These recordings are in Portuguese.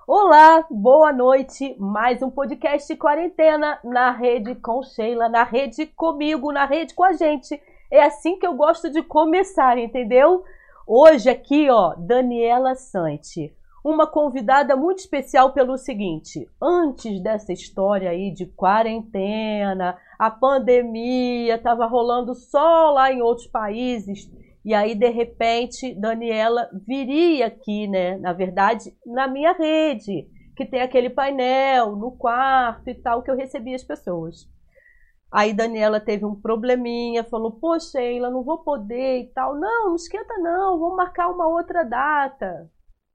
Olá, boa noite. Mais um podcast de quarentena na rede com Sheila, na rede comigo, na rede com a gente. É assim que eu gosto de começar, entendeu? Hoje aqui, ó, Daniela Sante, uma convidada muito especial pelo seguinte: antes dessa história aí de quarentena, a pandemia estava rolando só lá em outros países. E aí, de repente, Daniela viria aqui, né? Na verdade, na minha rede, que tem aquele painel no quarto e tal, que eu recebia as pessoas. Aí Daniela teve um probleminha, falou, pô, Sheila, não vou poder e tal. Não, não esquenta não, vamos marcar uma outra data.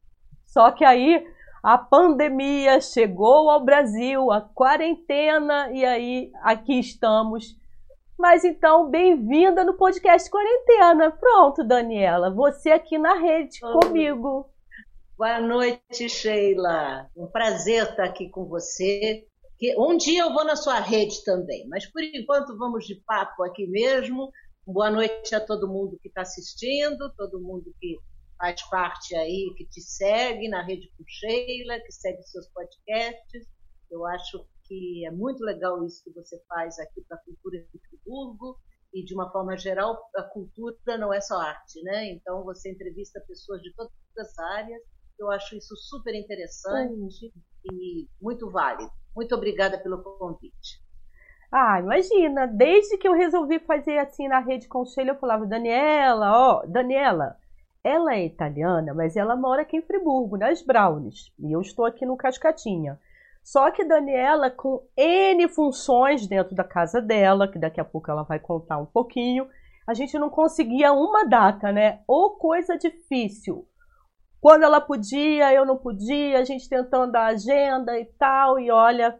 Só que aí a pandemia chegou ao Brasil, a quarentena, e aí aqui estamos. Mas então, bem-vinda no podcast Quarentena. Pronto, Daniela, você aqui na rede Oi. comigo. Boa noite, Sheila. Um prazer estar aqui com você. Um dia eu vou na sua rede também, mas por enquanto vamos de papo aqui mesmo. Boa noite a todo mundo que está assistindo, todo mundo que faz parte aí, que te segue na rede com Sheila, que segue seus podcasts. Eu acho que é muito legal isso que você faz aqui para a cultura de Friburgo. E, de uma forma geral, a cultura não é só arte, né? Então, você entrevista pessoas de todas as áreas. Eu acho isso super Hum. interessante e muito válido. Muito obrigada pelo convite. Ah, imagina, desde que eu resolvi fazer assim na rede conselho, eu falava, Daniela, ó, Daniela, ela é italiana, mas ela mora aqui em Friburgo, nas Brownies, e eu estou aqui no Cascatinha. Só que Daniela, com N funções dentro da casa dela, que daqui a pouco ela vai contar um pouquinho, a gente não conseguia uma data, né? Ou coisa difícil. Quando ela podia, eu não podia, a gente tentando a agenda e tal, e olha,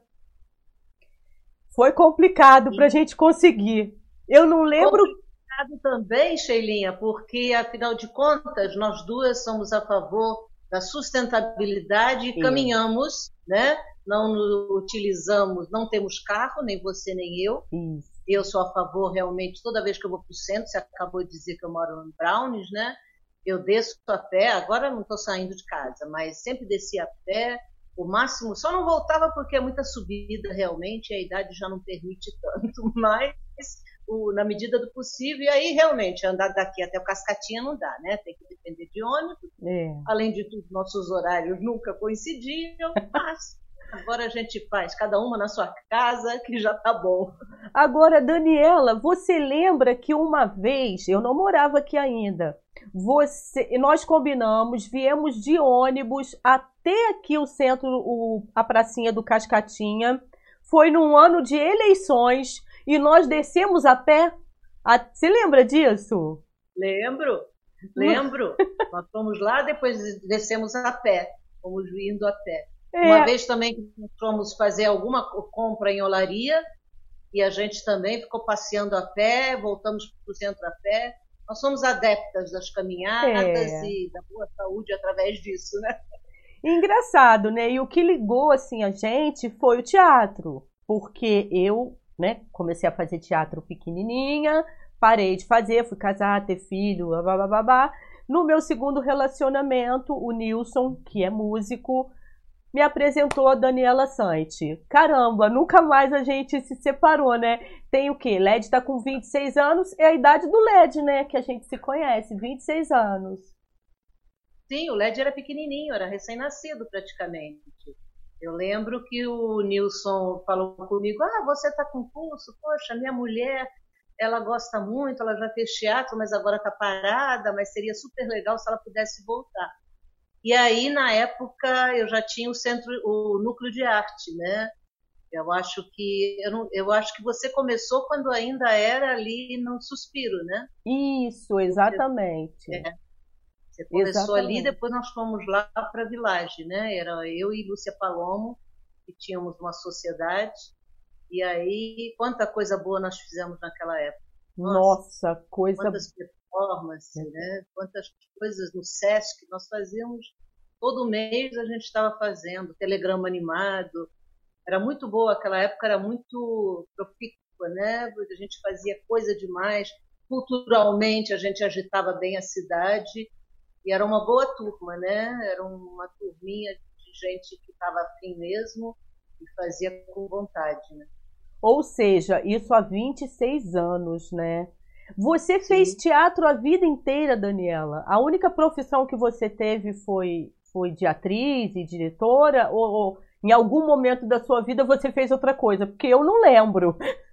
foi complicado para a E gente conseguir. Eu não lembro. complicado também, Sheilinha, porque, afinal de contas, nós duas somos a favor da sustentabilidade e É, caminhamos, né? Não utilizamos, não temos carro, nem você nem eu. isso. Eu sou a favor, realmente, toda vez que eu vou para o centro, você acabou de dizer que eu moro em Brownies, né? Eu desço a pé, agora não estou saindo de casa, mas sempre desci a pé, o máximo, só não voltava porque é muita subida realmente, a idade já não permite tanto, mas na medida do possível, e aí realmente andar daqui até o Cascatinha não dá, né? Tem que depender de ônibus, É. além de tudo, nossos horários nunca coincidiam, mas agora a gente faz, cada uma na sua casa, que já tá bom. Agora, Daniela, você lembra que uma vez, eu não morava aqui ainda, nós combinamos, viemos de ônibus até aqui o centro, a pracinha do Cascatinha. Foi num ano de eleições e nós descemos a pé. Você lembra disso? Lembro, lembro. Nós fomos lá, depois descemos a pé, fomos indo a pé. Uma É, vez também que fomos fazer alguma compra em Olaria e a gente também ficou passeando a pé, voltamos para o centro a pé. Nós somos adeptas das caminhadas é. e da boa saúde através disso, né? Engraçado, né? E o que ligou assim a gente foi o teatro, porque eu, né, comecei a fazer teatro pequenininha, parei de fazer, fui casar, ter filho, babá. No meu segundo relacionamento, o Nilson, que é músico, me apresentou a Daniela Sante. Caramba, nunca mais a gente se separou, né? Tem o quê? LED tá com 26 anos, é a idade do LED, né? Que a gente se conhece, 26 anos. Sim, o LED era pequenininho, era recém-nascido praticamente. Eu lembro que o Nilson falou comigo: Ah, você está com curso? Poxa, minha mulher, ela gosta muito, ela já fez teatro, mas agora está parada, mas seria super legal se ela pudesse voltar. E aí, na época, eu já tinha o centro, o núcleo de arte, né? Eu acho que eu acho que você começou quando ainda era ali no Suspiro, né? Isso, Você, exatamente. é, você começou ali, Exatamente. depois nós fomos lá para a Village, né? Era eu e Lúcia Palomo, que tínhamos uma sociedade. E aí, quanta coisa boa nós fizemos naquela época. Nossa, Nossa, coisa. quantas performances, né? Quantas coisas no Sesc nós fazíamos. Todo mês a gente estava fazendo, telegrama animado. Era muito boa, aquela época era muito profícua, né? A gente fazia coisa demais. Culturalmente a gente agitava bem a cidade. E era uma boa turma, né? Era uma turminha de gente que estava afim mesmo e fazia com vontade, né? Ou seja, isso há 26 anos, né? Você fez Sim. teatro a vida inteira, Daniela? A única profissão que você teve foi de atriz e diretora? Ou em algum momento da sua vida você fez outra coisa? Porque eu não lembro.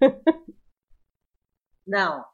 Não,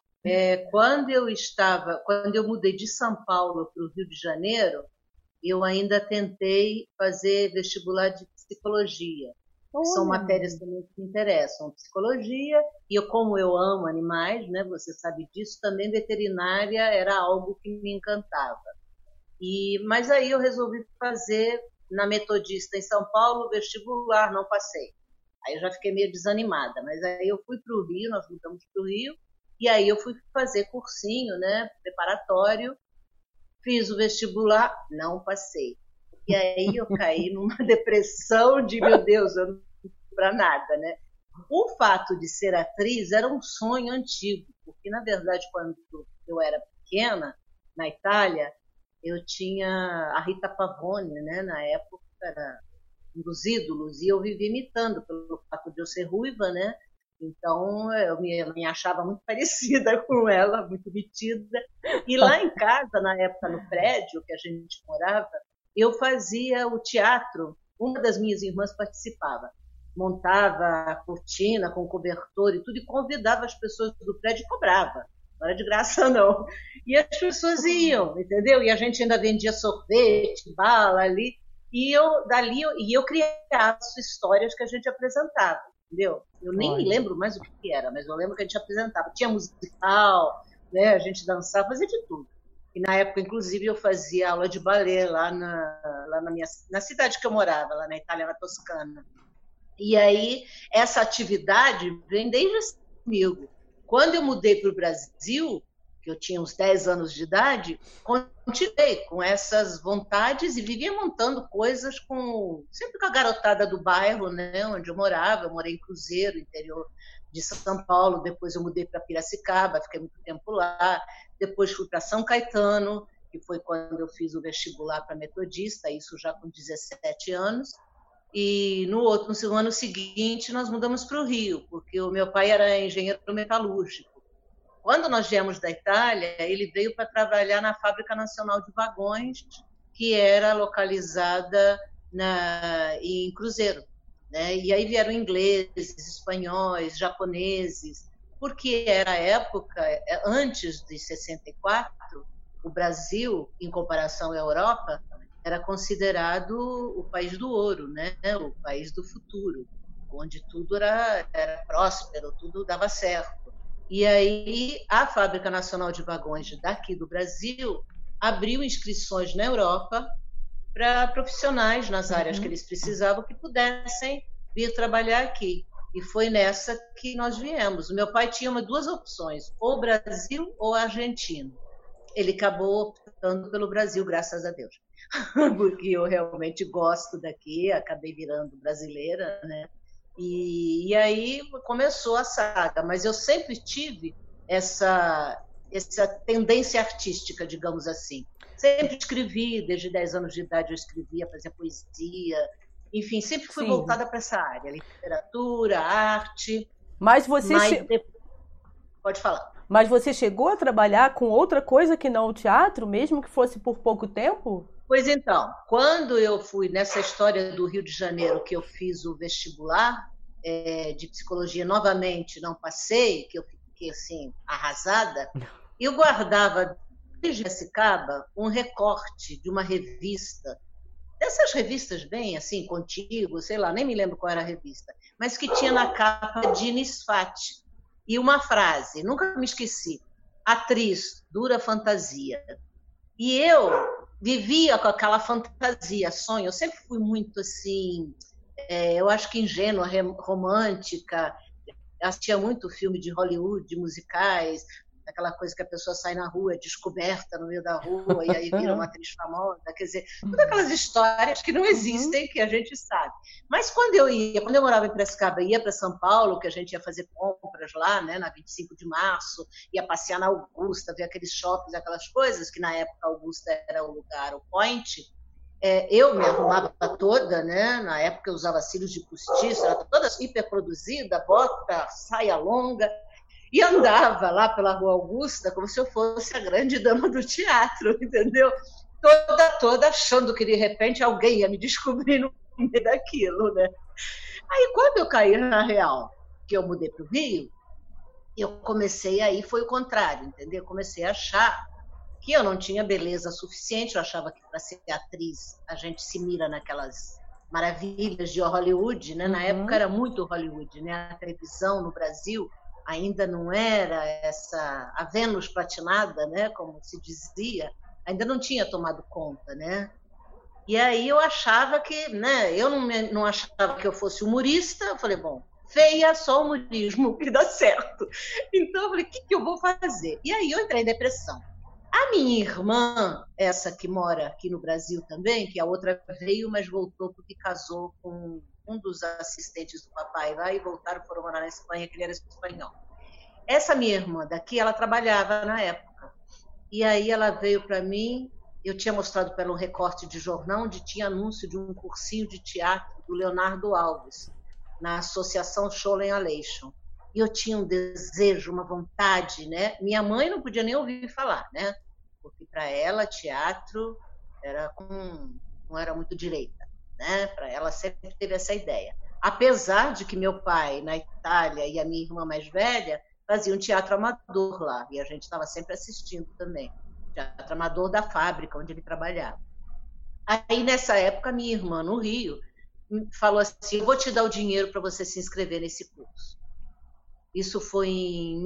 quando eu mudei de São Paulo para o Rio de Janeiro, eu ainda tentei fazer vestibular de psicologia, que são Olha, matérias também que me interessam, psicologia, e eu, como eu amo animais, né, você sabe disso, também veterinária era algo que me encantava. Mas aí eu resolvi fazer na Metodista em São Paulo vestibular, não passei. Aí eu já fiquei meio desanimada, mas aí eu fui para o Rio, nós mudamos para o Rio, e aí eu fui fazer cursinho, né, preparatório, fiz o vestibular, não passei. E aí eu caí numa depressão de, meu Deus, eu não fui para nada, né? O fato de ser atriz era um sonho antigo, porque, na verdade, quando eu era pequena, na Itália, eu tinha a Rita Pavone, né? Na época, era um dos ídolos, e eu vivia imitando, pelo fato de eu ser ruiva, né? Então, eu me achava muito parecida com ela, muito metida. E lá em casa, na época, no prédio que a gente morava, eu fazia o teatro. Uma das minhas irmãs participava. Montava a cortina com cobertor e tudo, e convidava as pessoas do prédio e cobrava. Não era de graça, não. E as pessoas iam, entendeu? E a gente ainda vendia sorvete, bala ali. E eu criava histórias que a gente apresentava. Entendeu? Eu nem me olha. lembro mais o que era, mas eu lembro que a gente apresentava. Tinha musical, né? A gente dançava, fazia de tudo. E na época, inclusive, eu fazia aula de balé na cidade que eu morava, lá na Itália, na Toscana. E aí, essa atividade vem desde comigo. Quando eu mudei para o Brasil, que eu tinha uns 10 anos de idade, continuei com essas vontades e vivia montando coisas sempre com a garotada do bairro, né, onde eu morava. Eu morei em Cruzeiro, interior de São Paulo, depois eu mudei para Piracicaba, fiquei muito tempo lá, depois fui para São Caetano, que foi quando eu fiz o vestibular para metodista, isso já com 17 anos, e no ano seguinte nós mudamos para o Rio, porque o meu pai era engenheiro metalúrgico. Quando nós viemos da Itália, ele veio para trabalhar na Fábrica Nacional de Vagões, que era localizada em Cruzeiro, né? E aí vieram ingleses, espanhóis, japoneses, porque era a época, antes de 64, o Brasil, em comparação à Europa, era considerado o país do ouro, né? O país do futuro, onde tudo era próspero, tudo dava certo. E aí a Fábrica Nacional de Vagões daqui do Brasil abriu inscrições na Europa para profissionais nas áreas que eles precisavam que pudessem vir trabalhar aqui. E foi nessa que nós viemos. O meu pai tinha duas opções, ou Brasil ou Argentina. Ele acabou optando pelo Brasil, graças a Deus. Porque eu realmente gosto daqui, acabei virando brasileira, né? E aí começou a saga, mas eu sempre tive essa tendência artística, digamos assim. Sempre escrevi, desde 10 anos de idade eu escrevia, fazia poesia, enfim, sempre fui Sim. voltada para essa área, literatura, arte. Mas você, Pode falar. mas você chegou a trabalhar com outra coisa que não o teatro, mesmo que fosse por pouco tempo? Pois então, quando eu fui nessa história do Rio de Janeiro, que eu fiz o vestibular de psicologia novamente, não passei, que eu fiquei assim, arrasada, eu guardava desde Piracicaba um recorte de uma revista, dessas revistas bem assim, Contigo, sei lá, nem me lembro qual era a revista, mas que tinha na capa Diniz Fati, e uma frase, nunca me esqueci, atriz, dura fantasia. E eu vivia com aquela fantasia, sonho. Eu sempre fui muito assim, eu acho que ingênua, romântica. Assistia muito filme de Hollywood, de musicais, aquela coisa que a pessoa sai na rua, é descoberta no meio da rua, e aí vira uma atriz famosa. Quer dizer, todas aquelas histórias que não existem, que a gente sabe. Mas quando eu morava em Piracicaba, ia para São Paulo, que a gente ia fazer compras lá, né, na 25 de março, ia passear na Augusta, ver aqueles shoppings, aquelas coisas, que na época a Augusta era o lugar, o point. eu me arrumava toda, né? Na época eu usava cílios de postiço, era toda hiperproduzida, bota, saia longa, e andava lá pela Rua Augusta como se eu fosse a grande dama do teatro, entendeu? Toda achando que de repente alguém ia me descobrir no meio daquilo, né? Aí quando eu caí na real, que eu mudei para o Rio, eu comecei aí, foi o contrário, entendeu? Eu comecei a achar que eu não tinha beleza suficiente, eu achava que para ser atriz a gente se mira naquelas maravilhas de Hollywood, né? Na época era muito Hollywood, né? A televisão no Brasil ainda não era essa a Vênus platinada, né? Como se dizia, ainda não tinha tomado conta, né? E aí eu achava que, né? Eu não achava que eu fosse humorista, eu falei, bom, feia, só humorismo que dá certo. Então eu falei, o que eu vou fazer? E aí eu entrei em depressão. A minha irmã, essa que mora aqui no Brasil também, que a outra veio, mas voltou porque casou com um dos assistentes do papai lá e voltaram, foram morar na Espanha, que ele era espanhol. Essa minha irmã daqui, ela trabalhava na época. E aí ela veio para mim, eu tinha mostrado para ela um recorte de jornal onde tinha anúncio de um cursinho de teatro do Leonardo Alves, na Associação Scholen Aleixo. E eu tinha um desejo, uma vontade, né? Minha mãe não podia nem ouvir falar, né? Porque para ela teatro não era muito direita, né? Para ela sempre teve essa ideia. Apesar de que meu pai na Itália e a minha irmã mais velha faziam teatro amador lá e a gente estava sempre assistindo também, teatro amador da fábrica onde ele trabalhava. Aí nessa época minha irmã no Rio falou assim: eu vou te dar o dinheiro para você se inscrever nesse curso. Isso foi em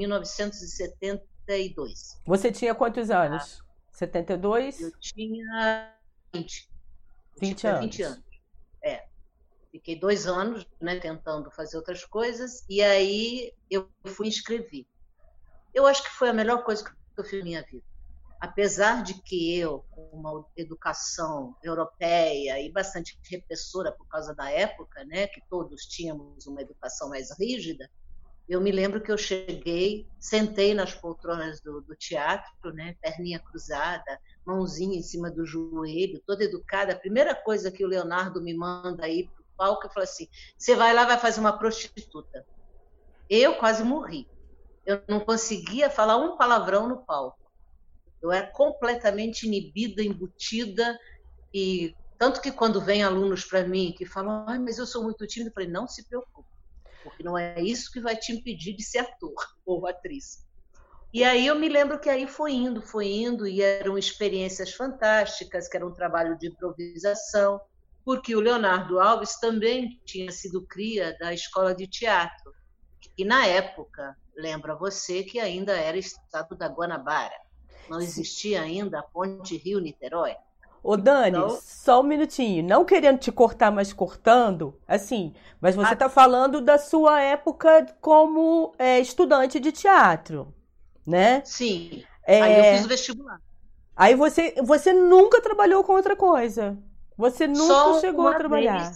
1972. Você tinha quantos anos? 72? Eu tinha 20. 20 anos. 20 anos. Fiquei 2 anos, né, tentando fazer outras coisas, e aí eu fui inscrever. Eu acho que foi a melhor coisa que eu fiz na minha vida. Apesar de que eu, com uma educação europeia e bastante repressora por causa da época, né, que todos tínhamos uma educação mais rígida, eu me lembro que eu cheguei, sentei nas poltronas do teatro, né, perninha cruzada, mãozinha em cima do joelho, toda educada. A primeira coisa que o Leonardo me manda aí para o palco, eu falo assim: você vai lá, vai fazer uma prostituta. Eu quase morri. Eu não conseguia falar um palavrão no palco. Eu era completamente inibida, embutida, e tanto que quando vem alunos para mim que falam: mas eu sou muito tímida, eu falei: não se preocupe, porque não é isso que vai te impedir de ser ator ou atriz. E aí eu me lembro que aí foi indo, e eram experiências fantásticas, que era um trabalho de improvisação, porque o Leonardo Alves também tinha sido cria da escola de teatro, que na época, lembra você, que ainda era estado da Guanabara, não existia ainda a ponte Rio-Niterói. Ô Dani, Então, só um minutinho, não querendo te cortar, mas cortando, assim, mas você está falando da sua época como estudante de teatro, né? sim, aí eu fiz o vestibular. Aí você nunca trabalhou com outra coisa, você nunca chegou a trabalhar.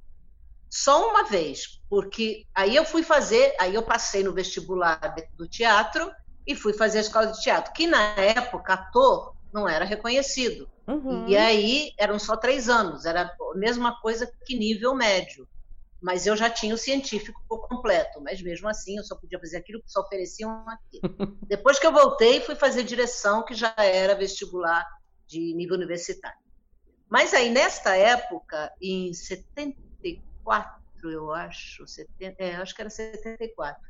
Só uma vez, porque aí eu fui fazer, aí eu passei no vestibular do teatro e fui fazer a escola de teatro, que na época ator não era reconhecido. Uhum. E aí eram só 3 anos, era a mesma coisa que nível médio. Mas eu já tinha o científico completo, mas mesmo assim eu só podia fazer aquilo que só ofereciam aqui. Depois que eu voltei, fui fazer direção, que já era vestibular de nível universitário. Mas aí, nesta época, em 74, eu acho, acho que era 74,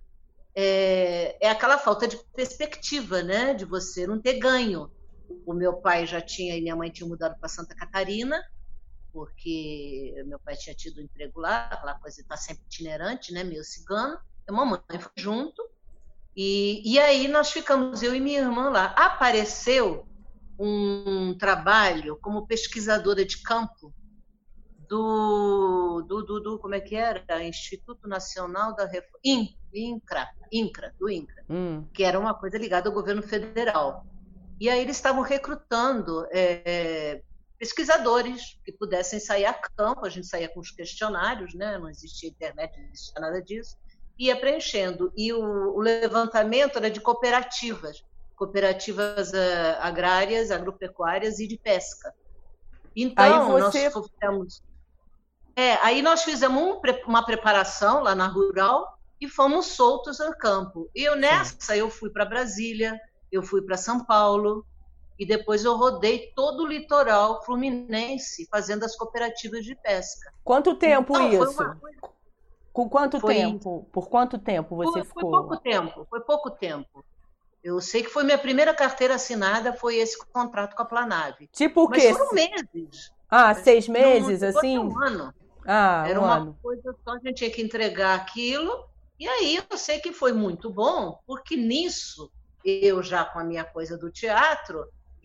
é aquela falta de perspectiva, né? De você não ter ganho. O meu pai já tinha, e minha mãe tinha mudado para Santa Catarina, porque meu pai tinha tido um emprego lá, aquela coisa está sempre itinerante, né? Meio cigano. A mamãe foi junto, e aí nós ficamos, eu e minha irmã lá. Apareceu um trabalho como pesquisadora de campo do como é que era? Instituto Nacional da Reforma, INCRA, que era uma coisa ligada ao governo federal. E aí eles estavam recrutando pesquisadores que pudessem sair a campo. A gente saía com os questionários, né? Não existia internet, não existia nada disso, ia preenchendo. E o levantamento era de cooperativas agrárias, agropecuárias e de pesca. Aí Então, você... aí nós fizemos uma preparação lá na Rural e fomos soltos ao campo. E Sim. eu fui para Brasília, eu fui para São Paulo, e depois eu rodei todo o litoral fluminense fazendo as cooperativas de pesca. Quanto tempo Então, isso? Com quanto foi, tempo? Por quanto tempo você foi pouco ficou? tempo, foi pouco tempo. Eu sei que foi minha primeira carteira assinada, foi esse contrato com a Planave. Tipo o Mas quê? foram meses, Ah, 6 meses, não chegou a ser assim? um ano. Ah, Era um uma ano. coisa só, a gente tinha que entregar aquilo. E aí eu sei que foi muito bom, porque nisso, eu já com a minha coisa do teatro,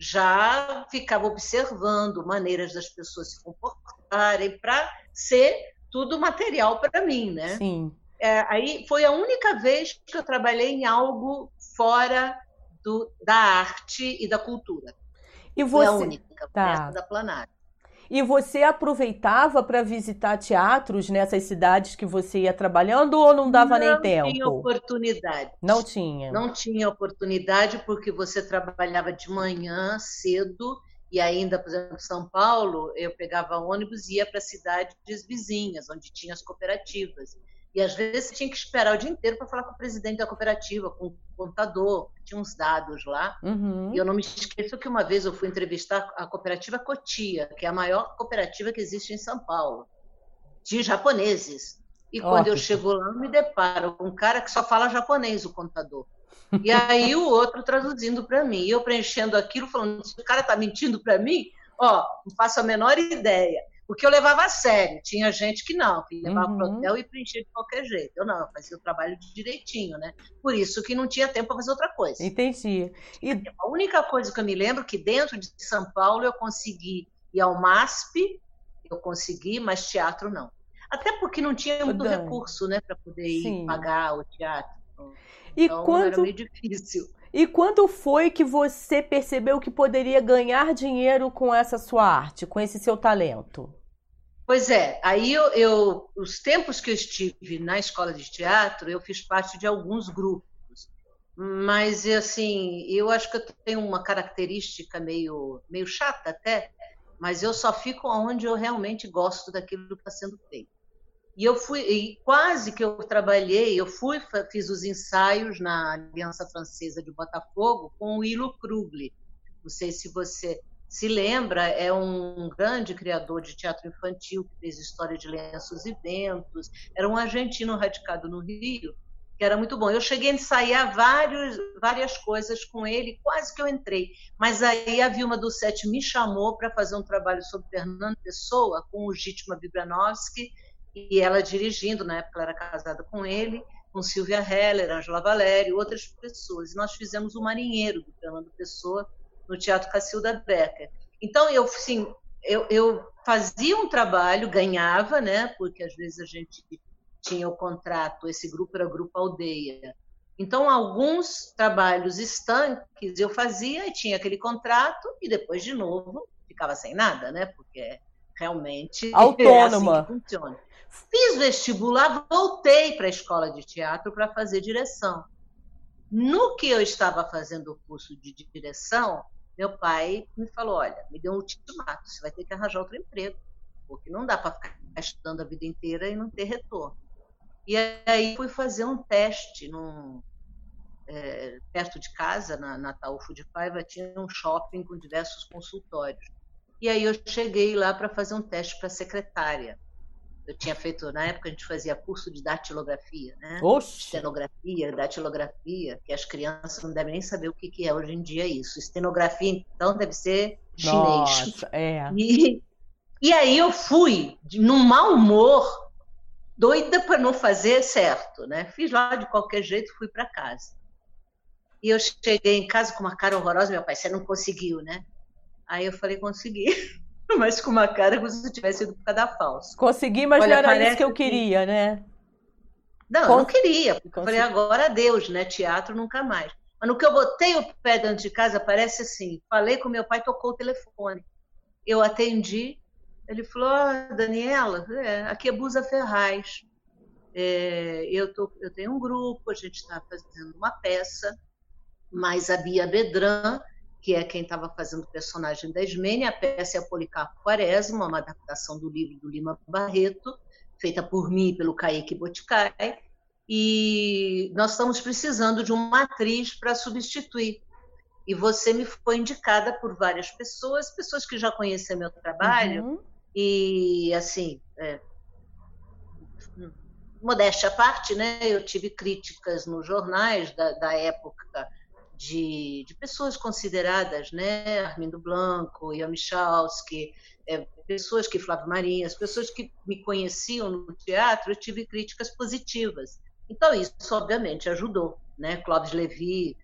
já ficava observando maneiras das pessoas se comportarem para ser tudo material para mim, né? Sim. Aí foi a única vez que eu trabalhei em algo fora da arte e da cultura. E Foi a você... única, foi essa Tá. da Planária. E você aproveitava para visitar teatros nessas cidades que você ia trabalhando ou não dava nem Não tinha tempo? oportunidade. Não tinha. Não tinha oportunidade porque você trabalhava de manhã cedo e ainda, por exemplo, em São Paulo, eu pegava ônibus e ia para cidades vizinhas, onde tinha as cooperativas. E às vezes você tinha que esperar o dia inteiro para falar com o presidente da cooperativa, com o contador, tinha uns dados lá. E Uhum. eu não me esqueço que uma vez eu fui entrevistar a cooperativa Cotia, que é a maior cooperativa que existe em São Paulo, de japoneses. E quando eu Ótimo. chego lá, eu me deparo com um cara que só fala japonês, o contador. E aí o outro traduzindo para mim. E eu preenchendo aquilo, falando, se o cara está mentindo para mim, não faço a menor ideia. Porque eu levava a sério. Tinha gente que não, que levava para o Uhum. hotel e preenchia de qualquer jeito. Eu não, eu fazia o trabalho direitinho, né? Por isso que não tinha tempo para fazer outra coisa. Entendi. E A única coisa que eu me lembro é que dentro de São Paulo eu consegui ir ao MASP, eu consegui, mas teatro não. Até porque não tinha ô, muito Dani, recurso, né, para poder ir sim. pagar o teatro. E Então era quando meio difícil. e quando foi que você percebeu que poderia ganhar dinheiro com essa sua arte, com esse seu talento? Pois é, aí os tempos que eu estive na escola de teatro, eu fiz parte de alguns grupos. Mas, assim, eu acho que eu tenho uma característica meio chata até, mas eu só fico onde eu realmente gosto daquilo que está sendo feito. E eu fui, e quase que eu trabalhei, fiz os ensaios na Aliança Francesa de Botafogo com o Ilo Krugli. Não sei se você se lembra, é um grande criador de teatro infantil que fez História de Lenços e Ventos. Era um argentino radicado no Rio, que era muito bom. Eu cheguei a ensaiar várias coisas com ele, quase que eu entrei. Mas aí a Vilma do Sete me chamou para fazer um trabalho sobre Fernando Pessoa com o Gitma Vibranovsky, e ela dirigindo, na época ela era casada com ele, com Silvia Heller, Angela Valério, outras pessoas. E nós fizemos o Marinheiro, do Fernando Pessoa, no Teatro Cacilda Becker. Então, eu fazia um trabalho, ganhava, né? Porque às vezes a gente tinha o contrato, esse grupo era Grupo Aldeia. Então, alguns trabalhos estanques eu fazia e tinha aquele contrato e depois, de novo, ficava sem nada, né? Porque realmente é assim que Autônoma. funciona. Fiz vestibular, voltei para a escola de teatro para fazer direção. No que eu estava fazendo o curso de direção, meu pai me falou, olha, me deu um ultimato, você vai ter que arranjar outro emprego, porque não dá para ficar estudando a vida inteira e não ter retorno. E aí fui fazer um teste perto de casa, na Ataúfo de Paiva, tinha um shopping com diversos consultórios. E aí eu cheguei lá para fazer um teste para secretária. Eu tinha feito, na época a gente fazia curso de datilografia, né? Oxe. Estenografia, datilografia, que as crianças não devem nem saber o que é hoje em dia isso. Estenografia, então, deve ser chinês. Nossa, é. E aí eu fui, num mau humor, doida para não fazer certo, né? Fiz lá de qualquer jeito, fui para casa. E eu cheguei em casa com uma cara horrorosa, meu pai, você não conseguiu, né? Aí eu falei, consegui. Mas com uma cara como se tivesse ido para dar falso. Consegui, mas não Olha, era isso que parece eu queria, né? Não, eu não queria, porque eu falei, Consegui. agora adeus, né? Teatro nunca mais. Mas no que eu botei o pé dentro de casa, parece assim, falei com meu pai, tocou o telefone. Eu atendi, ele falou, Daniela, aqui é Busa Ferraz. Eu tenho um grupo, a gente está fazendo uma peça, mas a Bia Bedran, que é quem estava fazendo o personagem da Ismênia. A peça é a Policarpo Quaresma, uma adaptação do livro do Lima Barreto, feita por mim e pelo Kaique Boticai, e nós estamos precisando de uma atriz para substituir. E você me foi indicada por várias pessoas que já conhecem meu trabalho, e assim, modéstia à parte, né? Eu tive críticas nos jornais da época de pessoas consideradas, né? Armindo Blanco, Ian Michalski, pessoas que Flávio Marinho, as pessoas que me conheciam no teatro, eu tive críticas positivas. Então isso obviamente ajudou, né? Clóvis Levi,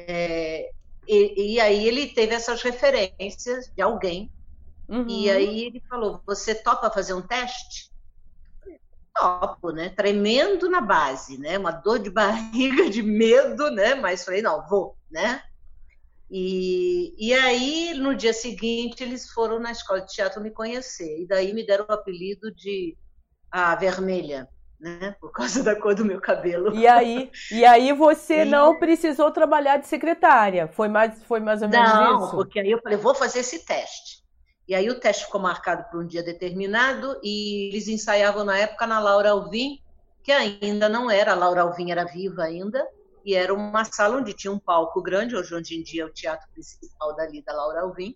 e aí ele teve essas referências de alguém, e aí ele falou: você topa fazer um teste? Topo, né? Tremendo na base, né? Uma dor de barriga, de medo, né? Mas falei, não, vou, né? E aí, no dia seguinte, eles foram na escola de teatro me conhecer. E daí me deram o apelido de a Vermelha, né? Por causa da cor do meu cabelo. E aí você não precisou trabalhar de secretária? Foi mais ou menos isso? Não, porque aí eu falei, vou fazer esse teste. E aí o teste ficou marcado para um dia determinado e eles ensaiavam na época na Laura Alvim, que ainda não era, a Laura Alvim era viva ainda, e era uma sala onde tinha um palco grande, hoje em dia é o teatro principal dali da Laura Alvim,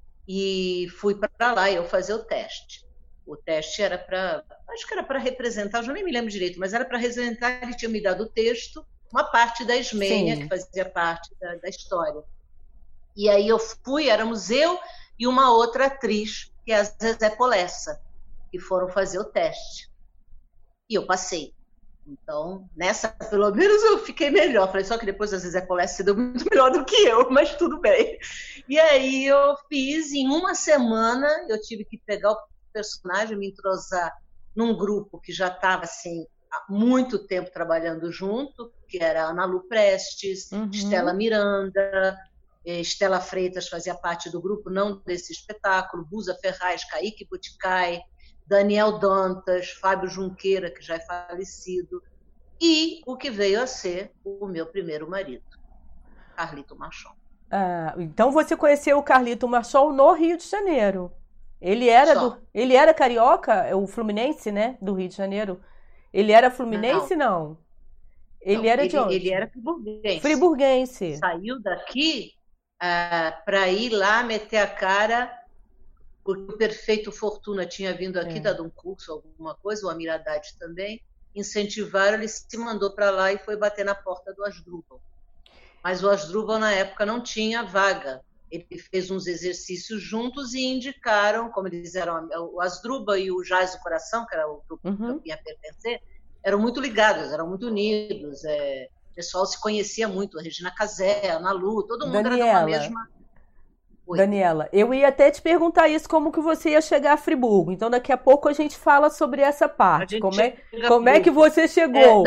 e fui para lá eu fazer o teste. O teste era acho que era para representar, eu já nem me lembro direito, mas era para representar, ele tinha me dado o texto, uma parte da Ismênia, que fazia parte da história. E aí eu fui, éramos eu e uma outra atriz, que é a Zezé Polessa, que foram fazer o teste. E eu passei. Então, nessa, pelo menos, eu fiquei melhor. Falei, só que depois a Zezé Polessa se deu muito melhor do que eu, mas tudo bem. E aí eu fiz, em uma semana, eu tive que pegar o personagem, me entrosar num grupo que já estava, assim, há muito tempo trabalhando junto, que era Ana Lu Prestes, Estela Miranda, Estela Freitas fazia parte do grupo, não desse espetáculo, Busa Ferraz, Kaique Boticai, Daniel Dantas, Fábio Junqueira, que já é falecido, e o que veio a ser o meu primeiro marido, Carlito Marchon. Então você conheceu o Carlito Marchon no Rio de Janeiro. Ele era carioca, o Fluminense, né, do Rio de Janeiro. Ele era fluminense, não? Ele era de onde? Ele era friburguense. Friburguense. Saiu daqui para ir lá meter a cara, porque o Perfeito Fortuna tinha vindo aqui, dado um curso, alguma coisa, o Amir Haddad também, incentivaram, ele se mandou para lá e foi bater na porta do Asdrubal. Mas o Asdrubal, na época, não tinha vaga. Ele fez uns exercícios juntos e indicaram, como eles eram, o Asdrubal e o Jazz do Coração, que era o grupo que eu ia pertencer, eram muito ligados, eram muito unidos, o pessoal se conhecia muito, a Regina Casé, a Ana Lu, todo mundo era de uma mesma... Oi. Daniela, eu ia até te perguntar isso, como que você ia chegar a Friburgo. Então, daqui a pouco a gente fala sobre essa parte. Como é que você chegou?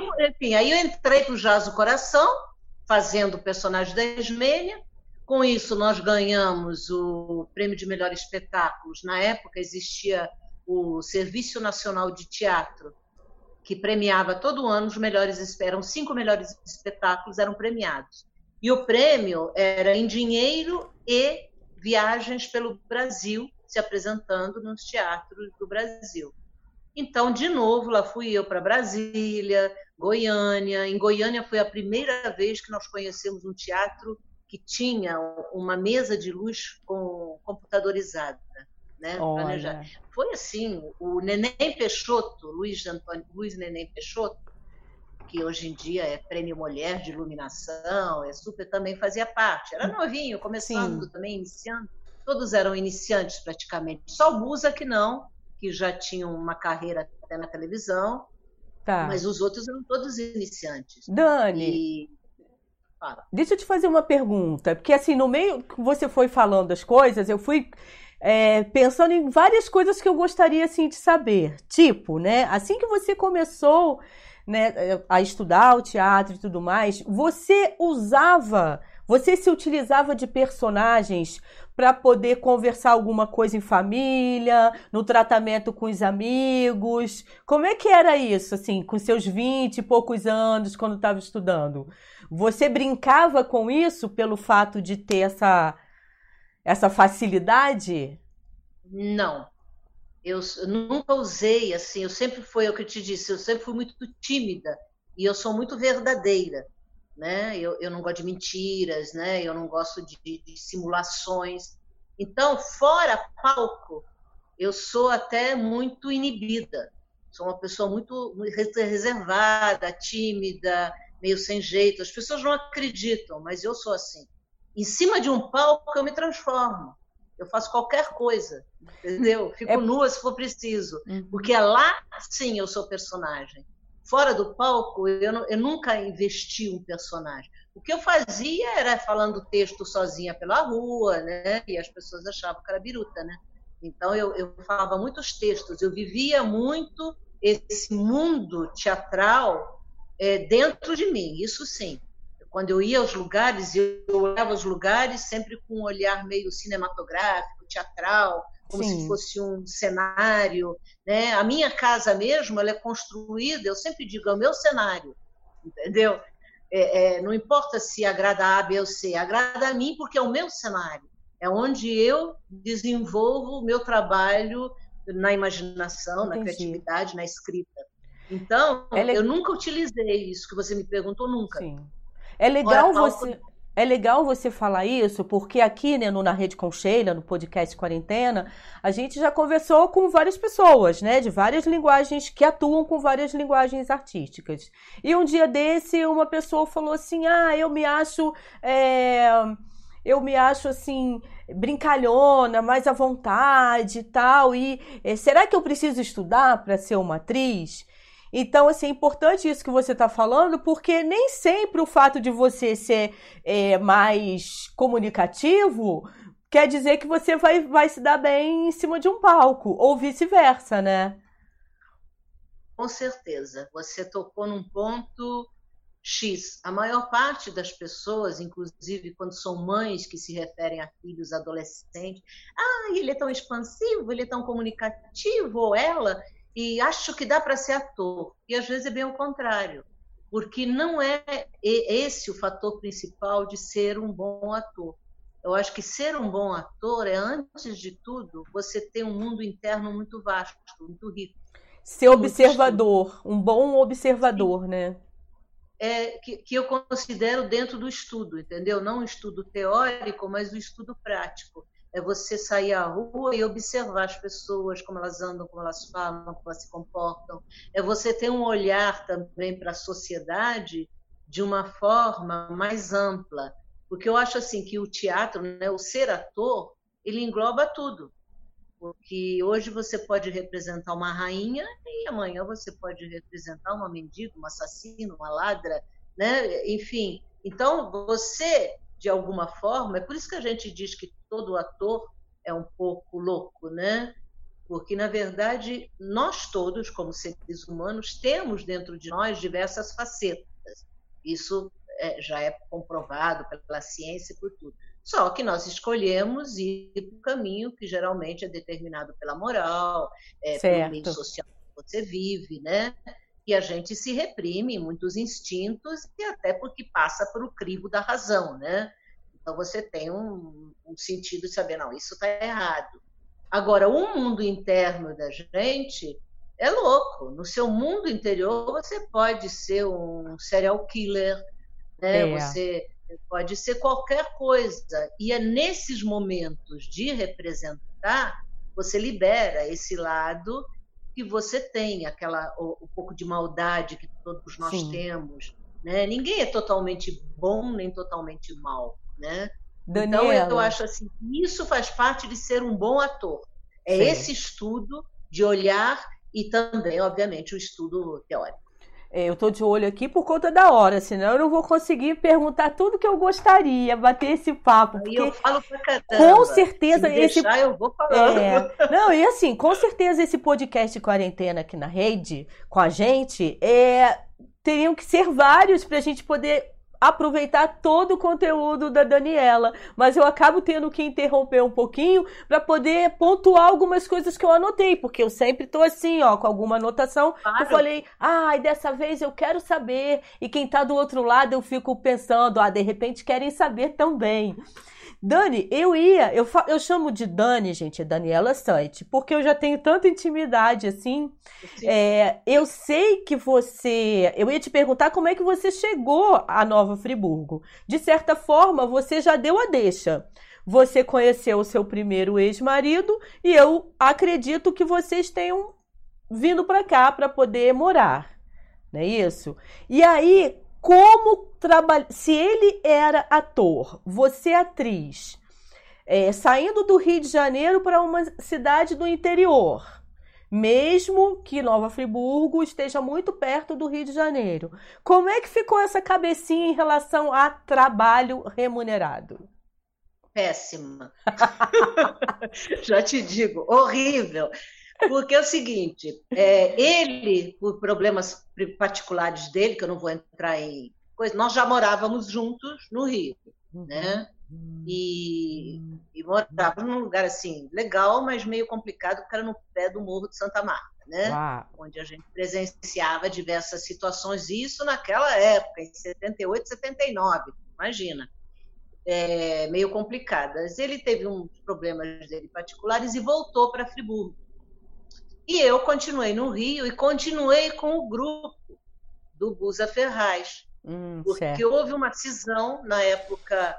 Aí eu entrei para o Jazz do Coração, fazendo o personagem da Ismênia. Com isso, nós ganhamos o prêmio de melhor espetáculos. Na época, existia o Serviço Nacional de Teatro, que premiava todo ano os melhores, eram 5 melhores espetáculos, eram premiados. E o prêmio era em dinheiro e viagens pelo Brasil, se apresentando nos teatros do Brasil. Então, de novo, lá fui eu para Brasília, Goiânia. Em Goiânia foi a primeira vez que nós conhecemos um teatro que tinha uma mesa de luz computadorizada, né? Foi assim, o Neném Peixoto, Luiz Neném Peixoto, que hoje em dia é prêmio Mulher de Iluminação, também fazia parte. Era novinho, começando também, iniciando. Todos eram iniciantes praticamente. Só o Busa que não, que já tinham uma carreira até na televisão, mas os outros eram todos iniciantes. Dani, deixa eu te fazer uma pergunta, porque assim, no meio que você foi falando as coisas, eu fui pensando em várias coisas que eu gostaria assim, de saber. Tipo, né, assim que você começou, né, a estudar o teatro e tudo mais, você se utilizava de personagens para poder conversar alguma coisa em família, no tratamento com os amigos? Como é que era isso, assim, com seus 20 e poucos anos, quando estava estudando? Você brincava com isso pelo fato de ter essa facilidade? Não, eu nunca usei assim, eu sempre fui, é o que eu te disse, eu sempre fui muito tímida e eu sou muito verdadeira, né? Eu não gosto de mentiras, né? Eu não gosto de simulações. Então, fora palco, eu sou até muito inibida. Sou uma pessoa muito reservada, tímida, meio sem jeito. As pessoas não acreditam, mas eu sou assim. Em cima de um palco, eu me transformo. Eu faço qualquer coisa, entendeu? Fico nua se for preciso. Porque lá, sim, eu sou personagem. Fora do palco, eu nunca investi um personagem. O que eu fazia era falando texto sozinha pela rua, né? E as pessoas achavam que era biruta, né? Então, eu falava muitos textos. Eu vivia muito esse mundo teatral dentro de mim, isso sim. Quando eu ia aos lugares, eu olhava os lugares sempre com um olhar meio cinematográfico, teatral, como se fosse um cenário, né? A minha casa mesmo, ela é construída, eu sempre digo, é o meu cenário, entendeu? Não importa se agrada a B ou C, agrada a mim porque é o meu cenário, é onde eu desenvolvo o meu trabalho na imaginação, na criatividade, na escrita. Então, eu nunca utilizei isso que você me perguntou, nunca. Sim. É legal você falar isso, porque aqui, né, Na Rede com Sheila, no podcast Quarentena, a gente já conversou com várias pessoas, né, de várias linguagens, que atuam com várias linguagens artísticas. E um dia desse, uma pessoa falou assim, eu me acho assim, brincalhona, mais à vontade e tal, e será que eu preciso estudar para ser uma atriz? Então, assim, é importante isso que você está falando, porque nem sempre o fato de você ser mais comunicativo quer dizer que você vai se dar bem em cima de um palco, ou vice-versa, né? Com certeza. Você tocou num ponto X. A maior parte das pessoas, inclusive quando são mães que se referem a filhos adolescentes, ele é tão expansivo, ele é tão comunicativo, ou ela... E acho que dá para ser ator. E às vezes é bem o contrário, porque não é esse o fator principal de ser um bom ator. Eu acho que ser um bom ator é, antes de tudo, você ter um mundo interno muito vasto, muito rico. Ser observador, um bom observador, sim, né? Que eu considero dentro do estudo, entendeu? Não o estudo teórico, mas o estudo prático. É você sair à rua e observar as pessoas, como elas andam, como elas falam, como elas se comportam. É você ter um olhar também para a sociedade de uma forma mais ampla. Porque eu acho assim que o teatro, né, o ser ator, ele engloba tudo. Porque hoje você pode representar uma rainha e amanhã você pode representar uma mendiga, um assassino, uma ladra, né? Enfim. Então, você... de alguma forma, é por isso que a gente diz que todo ator é um pouco louco, né? Porque, na verdade, nós todos, como seres humanos, temos dentro de nós diversas facetas. Isso já é comprovado pela ciência e por tudo. Só que nós escolhemos ir para o caminho que geralmente é determinado pela moral, pelo meio social que você vive, né? E a gente se reprime em muitos instintos e até porque passa pelo crivo da razão, né? Então você tem um sentido de saber, não, isso está errado. Agora, o mundo interno da gente é louco. No seu mundo interior você pode ser um serial killer, né? Você pode ser qualquer coisa. E é nesses momentos de representar, você libera esse lado que você tem, um pouco de maldade que todos nós Sim. temos. Né? Ninguém é totalmente bom nem totalmente mal. Né? Então, eu acho assim, que isso faz parte de ser um bom ator. É Sim. esse estudo de olhar e também, obviamente, o estudo teórico. Eu estou de olho aqui por conta da hora, senão eu não vou conseguir perguntar tudo que eu gostaria, bater esse papo. Aí eu falo pra caramba. Com certeza Se me deixar, eu vou falando. Não, e assim, com certeza esse podcast Quarentena aqui na rede, com a gente, teriam que ser vários para a gente poder aproveitar todo o conteúdo da Daniela, mas eu acabo tendo que interromper um pouquinho para poder pontuar algumas coisas que eu anotei, porque eu sempre tô assim, ó, com alguma anotação, que eu Claro. falei, e dessa vez eu quero saber, e quem tá do outro lado eu fico pensando, de repente querem saber também. Dani, eu chamo de Dani, gente, é Daniela Sante, porque eu já tenho tanta intimidade assim. Sim. Eu sei que eu ia te perguntar como é que você chegou a Nova Friburgo. De certa forma, você já deu a deixa. Você conheceu o seu primeiro ex-marido e eu acredito que vocês tenham vindo para cá para poder morar, não é isso? E aí, se ele era ator, você atriz, saindo do Rio de Janeiro para uma cidade do interior, mesmo que Nova Friburgo esteja muito perto do Rio de Janeiro, como é que ficou essa cabecinha em relação a trabalho remunerado? Péssima. Já te digo, horrível. Porque é o seguinte, ele, por problemas particulares dele, que eu não vou entrar em coisa, nós já morávamos juntos no Rio, né? E morávamos num lugar assim, legal, mas meio complicado, porque era no pé do Morro de Santa Marta, né? Uau. Onde a gente presenciava diversas situações, e isso naquela época, em 78, 79, imagina. Meio complicadas. Ele teve uns problemas dele particulares e voltou para Friburgo. E eu continuei no Rio e continuei com o grupo do Busa Ferraz, porque certo. houve uma cisão, na época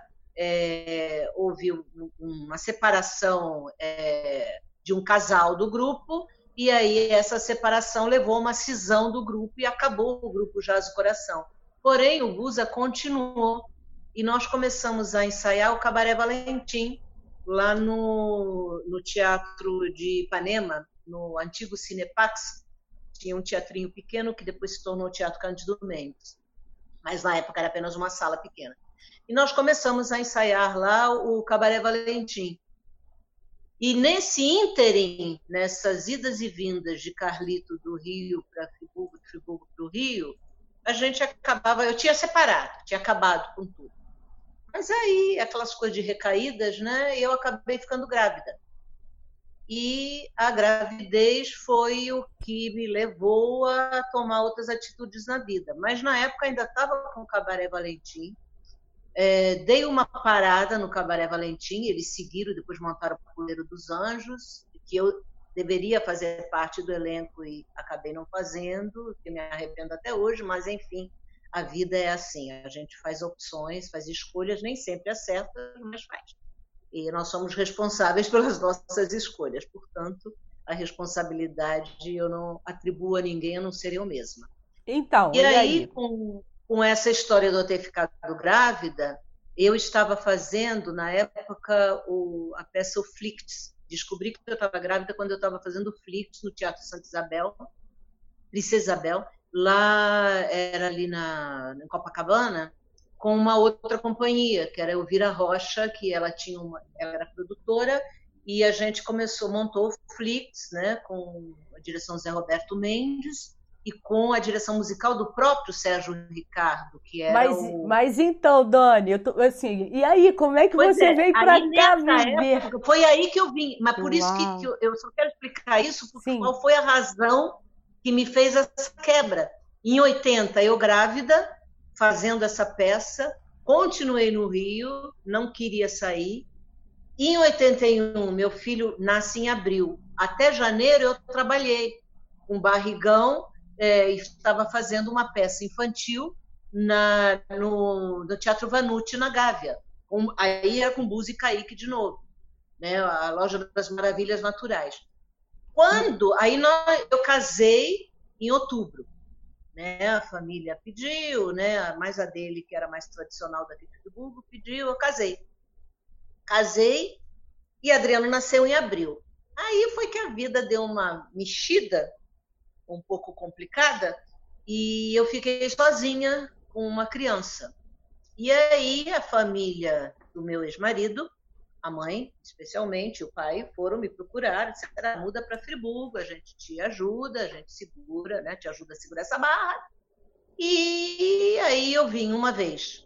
houve uma separação de um casal do grupo, e aí essa separação levou a uma cisão do grupo e acabou o grupo Jazz do Coração. Porém, o Busa continuou e nós começamos a ensaiar o Cabaré Valentim, lá no Teatro de Ipanema, no antigo Cinepax. Tinha um teatrinho pequeno que depois se tornou o Teatro Cândido Mendes, mas na época era apenas uma sala pequena. E nós começamos a ensaiar lá o Cabaré Valentim. E nesse ínterim, nessas idas e vindas de Carlito do Rio para Friburgo, de Friburgo para o Rio, a gente acabava, eu tinha separado, tinha acabado com tudo. Mas aí, aquelas coisas de recaídas, né? Eu acabei ficando grávida. E a gravidez foi o que me levou a tomar outras atitudes na vida. Mas na época ainda estava com o Cabaré Valentim. Dei uma parada no Cabaré Valentim, eles seguiram, depois montaram o Puleiro dos Anjos, que eu deveria fazer parte do elenco e acabei não fazendo, que me arrependo até hoje, mas enfim, a vida é assim, a gente faz opções, faz escolhas, nem sempre acerta, mas faz. E nós somos responsáveis pelas nossas escolhas, portanto, a responsabilidade eu não atribuo a ninguém, a não ser eu mesma. Então, e aí? Com essa história de eu ter ficado grávida, eu estava fazendo, na época, a peça O Flicts. Descobri que eu estava grávida quando eu estava fazendo o Flicts no Teatro Santa Isabel, Princesa Isabel, lá era ali em Copacabana, com uma outra companhia, que era a Elvira Rocha, que ela era produtora, e a gente montou o Flicts, né, com a direção Zé Roberto Mendes, e com a direção musical do próprio Sérgio Ricardo, que era Mas então, Dani, assim, e aí, como é que você veio para cá viver? Época, foi aí que eu vim, mas por isso que eu só quero explicar isso, porque qual foi a razão que me fez essa quebra. Em 80, eu grávida, fazendo essa peça, continuei no Rio, não queria sair. Em 81, meu filho nasce em abril. Até janeiro eu trabalhei com barrigão, estava fazendo uma peça infantil no Teatro Vanucci, na Gávea. Aí era com Busa e Kaique de novo, né? A Loja das Maravilhas Naturais. Aí eu casei em outubro. Né? A família pediu, né? Mais a dele, que era mais tradicional daqui de Friburgo, pediu, eu casei. Casei e Adriano nasceu em abril. Aí foi que a vida deu uma mexida, um pouco complicada, e eu fiquei sozinha com uma criança. E aí a família do meu ex-marido, a mãe, especialmente, o pai, foram me procurar, disseram, muda para Friburgo, a gente te ajuda, a gente segura, né? Te ajuda a segurar essa barra. E aí eu vim uma vez.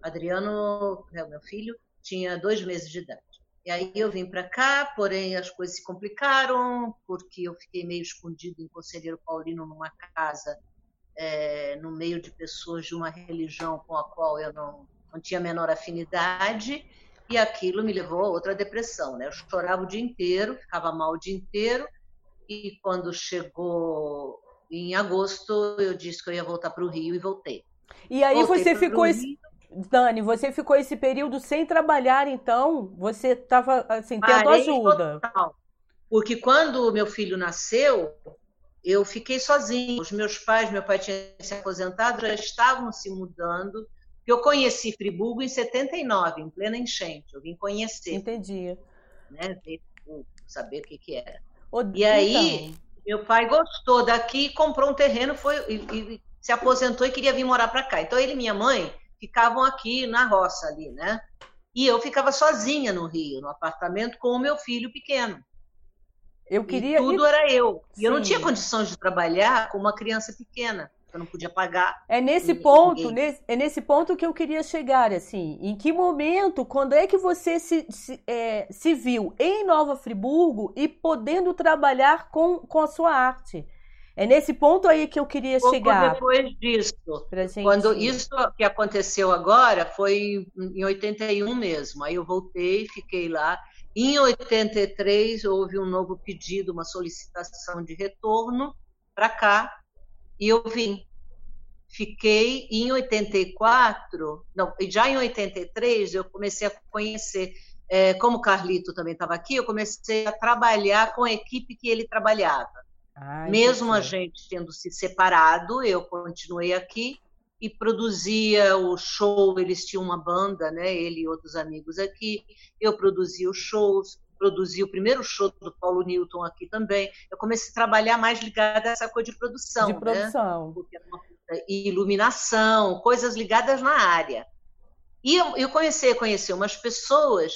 Adriano, meu filho, tinha 2 meses de idade. E aí eu vim para cá, porém as coisas se complicaram, porque eu fiquei meio escondido em Conselheiro Paulino, numa casa, no meio de pessoas de uma religião com a qual eu não tinha a menor afinidade, e aquilo me levou a outra depressão, né? Eu chorava o dia inteiro, ficava mal o dia inteiro, e quando chegou em agosto, eu disse que eu ia voltar para o Rio e voltei. E aí Voltei você para o ficou Rio. Dani, você ficou esse período sem trabalhar, então? Você estava, assim, tendo Parei ajuda. total, porque quando meu filho nasceu, eu fiquei sozinha. Os meus pais, meu pai tinha se aposentado, já estavam se mudando. Eu conheci Friburgo em 79, em plena enchente. Eu vim conhecer, Entendi. né, ver, saber o que era. O- E Então, aí, meu pai gostou daqui, comprou um terreno, e se aposentou e queria vir morar para cá. Então ele e minha mãe ficavam aqui na roça ali, né? E eu ficava sozinha no Rio, no apartamento com o meu filho pequeno. eu E queria. tudo era eu. E eu não tinha Sim. condições de trabalhar com uma criança pequena. Eu não podia pagar É nesse ponto, ninguém. é nesse ponto que eu queria chegar, assim. Em que momento, quando é que você se viu em Nova Friburgo e podendo trabalhar com a sua arte? É nesse ponto aí que eu queria Pouco chegar, depois disso, pra quando gente. isso que aconteceu agora foi em 81 mesmo. Aí eu voltei, fiquei lá. Em 83 houve um novo pedido, uma solicitação de retorno para cá e eu vim. Fiquei em 84, não, já em 83 eu comecei a conhecer, como o Carlito também estava aqui, eu comecei a trabalhar com a equipe que ele trabalhava. Ah, Mesmo a entendi. gente tendo se separado, eu continuei aqui e produzia o show, eles tinham uma banda, né, ele e outros amigos aqui, eu produzia os shows, produzi o primeiro show do Paulo Newton aqui também. Eu comecei a trabalhar mais ligada a essa coisa de De produção, né? produção. Porque era uma iluminação, coisas ligadas na área. E eu comecei a conhecer umas pessoas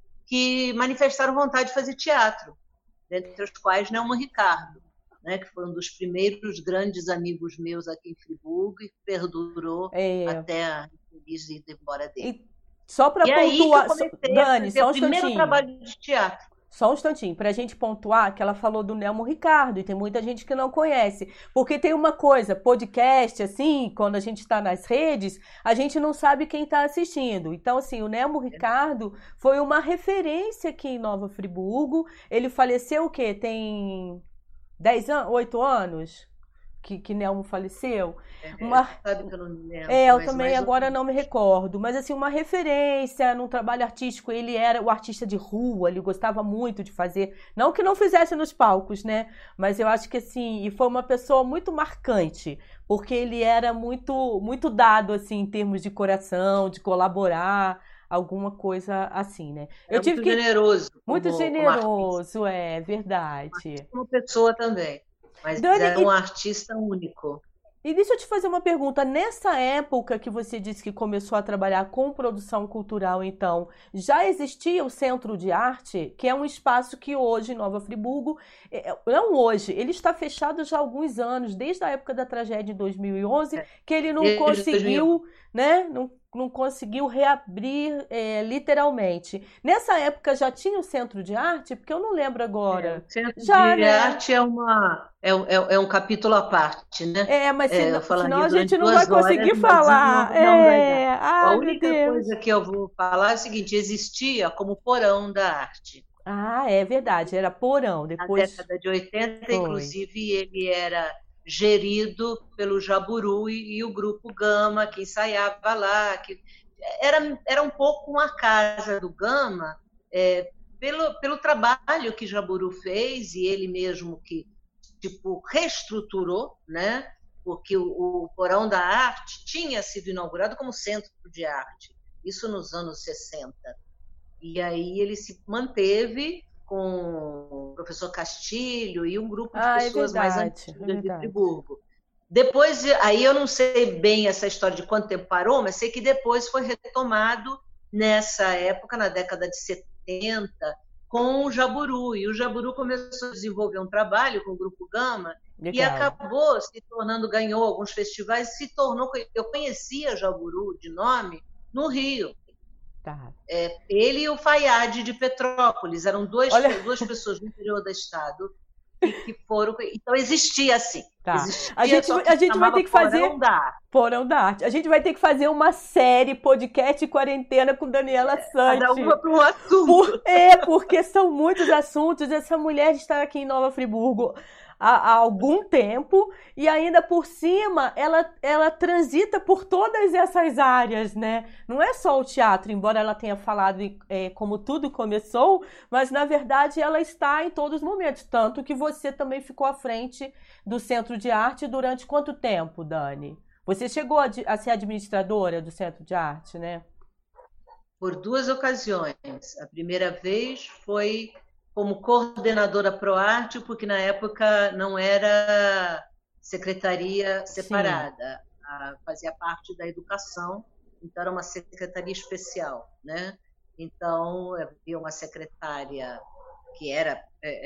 que manifestaram vontade de fazer teatro, dentre as quais Nelma Ricardo, né, que foi um dos primeiros grandes amigos meus aqui em Friburgo e perdurou É, até a infeliz ida embora dele. e só para E aí que eu pontuar, comecei a Dani, fazer só o um primeiro instantinho. trabalho de teatro. Só um instantinho, para a gente pontuar que ela falou do Nelmo Ricardo e tem muita gente que não conhece. Porque tem uma coisa, podcast, assim, quando a gente está nas redes, a gente não sabe quem está assistindo. Então, assim, o Nelmo Ricardo foi uma referência aqui em Nova Friburgo. Ele faleceu o quê? Tem 10 anos, 8 anos que Nelmo faleceu? Uma, Sabe que eu não me lembro, eu mas também mais ou agora menos. não me recordo, mas assim, uma referência num trabalho artístico, ele era o artista de rua, ele gostava muito de fazer, não que não fizesse nos palcos, né? Mas eu acho que assim, e foi uma pessoa muito marcante, porque ele era muito dado assim em termos de coração, de colaborar, alguma coisa assim, né? Eu Era tive muito que generoso muito como artista, generoso, é verdade. como pessoa também, mas Dani, era um artista único. e deixa eu te fazer uma pergunta. Nessa época que você disse que começou a trabalhar com produção cultural, então, já existia o Centro de Arte, que é um espaço que hoje, em Nova Friburgo, não hoje, ele está fechado já há alguns anos, desde a época da tragédia de 2011, que ele não Desde 2011. conseguiu, né? Não conseguiu reabrir literalmente. Nessa época já tinha o Centro de Arte? Porque eu não lembro O agora. Centro Já, de né? Arte é um capítulo à parte, né? Mas Eu senão falaria a gente durante não vai 2 horas, conseguir mas falar. não vai dar. A Ai, meu única Deus. coisa que eu vou falar é o seguinte: existia como porão da arte. Ah, é verdade, era porão, Na depois década de 80, foi. inclusive, ele era gerido pelo Jaburu e o Grupo Gama, que ensaiava lá. Era um pouco uma casa do Gama, pelo trabalho que Jaburu fez, e ele mesmo que tipo, reestruturou, né? Porque o Porão da Arte tinha sido inaugurado como centro de arte, isso nos anos 60. E aí ele se manteve com o professor Castilho e um grupo de Ah, é pessoas mais verdade, é antigas de verdade. Friburgo. Depois, aí eu não sei bem essa história de quanto tempo parou, mas sei que depois foi retomado nessa época, na década de 70, com o Jaburu. E o Jaburu começou a desenvolver um trabalho com o Grupo Gama e Legal. acabou se tornando, ganhou alguns festivais, se tornou, eu conhecia Jaburu de nome, no Rio. Tá. Ele e o Fayad de Petrópolis, eram duas pessoas do interior do estado que foram. Então existia assim. Tá. Existia, a gente vai ter que fazer Porão da Arte. A gente vai ter que fazer uma série podcast quarentena com Daniela Santos. Cada uma para um assunto. Porque são muitos assuntos. Essa mulher está aqui em Nova Friburgo há algum tempo e ainda por cima ela transita por todas essas áreas, né? Não é só o teatro, embora ela tenha falado como tudo começou, mas na verdade ela está em todos os momentos, tanto que você também ficou à frente do Centro de Arte durante quanto tempo, Dani? Você chegou a ser administradora do Centro de Arte, né? Por 2 ocasiões. A primeira vez foi como coordenadora ProArte, porque na época não era secretaria separada, fazia parte da educação, então era uma secretaria especial, né? Então havia uma secretária que era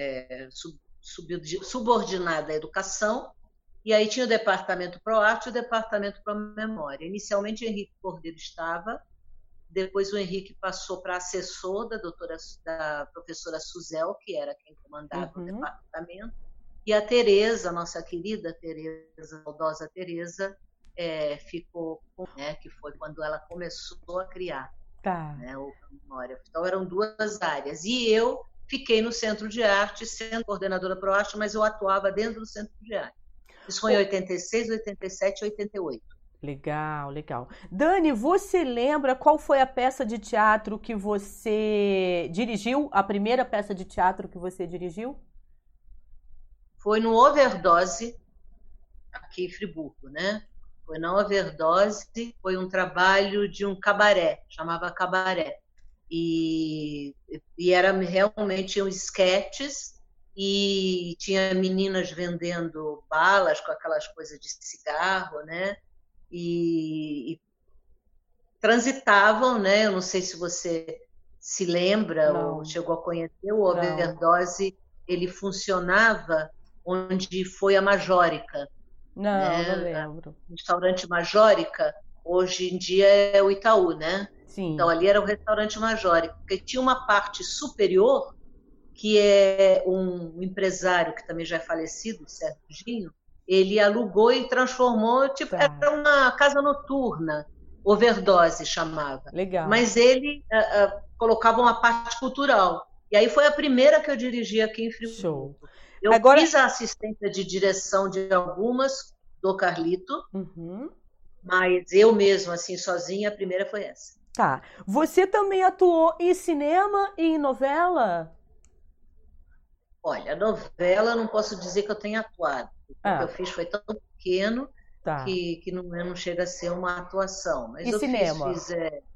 subordinada à educação, e aí tinha o departamento ProArte e o departamento ProMemória. Inicialmente Henrique Cordeiro estava, depois o Henrique passou para assessor da professora Suzel, que era quem comandava o departamento, e a Tereza, nossa querida Tereza, saudosa Tereza, ficou, né, que foi quando ela começou a criar, né, o Memória. Então eram 2 áreas. E eu fiquei no Centro de Arte, sendo coordenadora ProArte, mas eu atuava dentro do Centro de Arte. Isso foi em 86, 87 e 88. Legal, legal. Dani, você lembra qual foi a peça de teatro que você dirigiu? A primeira peça de teatro que você dirigiu? Foi no Overdose, aqui em Friburgo, né? Foi na Overdose, foi um trabalho de um cabaré, chamava Cabaré. E era realmente uns sketches, e tinha meninas vendendo balas com aquelas coisas de cigarro, né? E transitavam, né? Eu não sei se você se lembra ou chegou a conhecer o Overdose. Ele funcionava onde foi a Majórica. Não lembro. O restaurante Majórica, hoje em dia é o Itaú, né? Sim. Então ali era o restaurante Majórica. E tinha uma parte superior que é um empresário que também já é falecido, Serginho. Ele alugou e transformou, era uma casa noturna, Overdose chamava. Legal. Mas ele colocava uma parte cultural. E aí foi a primeira que eu dirigi aqui em Friburgo. Show. Eu fiz a assistência de direção de algumas, do Carlito, mas eu mesma, assim, sozinha, a primeira foi essa. Tá. Você também atuou em cinema e em novela? Olha, novela não posso dizer que eu tenha atuado. O que eu fiz foi tão pequeno que não chega a ser uma atuação. Mas e eu cinema? fiz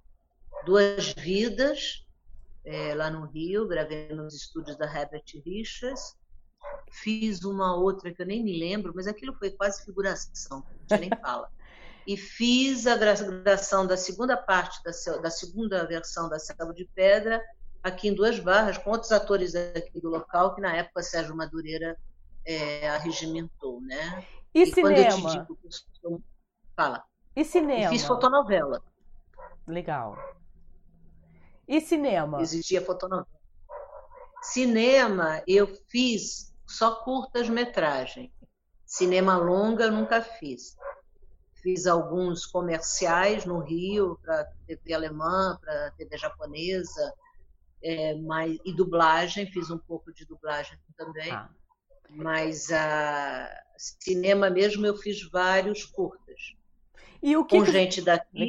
2 Vidas lá no Rio, gravei nos estúdios da Herbert Richards. Fiz uma outra que eu nem me lembro, mas aquilo foi quase figuração, a gente nem fala. E fiz a gravação da segunda parte, da segunda versão da Selva de Pedra, aqui em Duas Barras, com outros atores aqui do local, que na época Sérgio Madureira arregimentou, né? E cinema? Quando eu te digo, fala. E cinema? E fiz fotonovela. Legal. E cinema? Existia fotonovela. Cinema, eu fiz só curtas-metragem. Cinema longa eu nunca fiz. Fiz alguns comerciais no Rio, para TV alemã, para TV japonesa, e dublagem, fiz um pouco de dublagem também. Mas cinema mesmo eu fiz vários curtas. E o com gente daqui,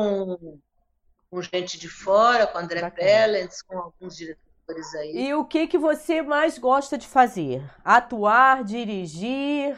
com gente de fora, com André Pellens, com alguns diretores aí. E o que você mais gosta de fazer? Atuar, dirigir?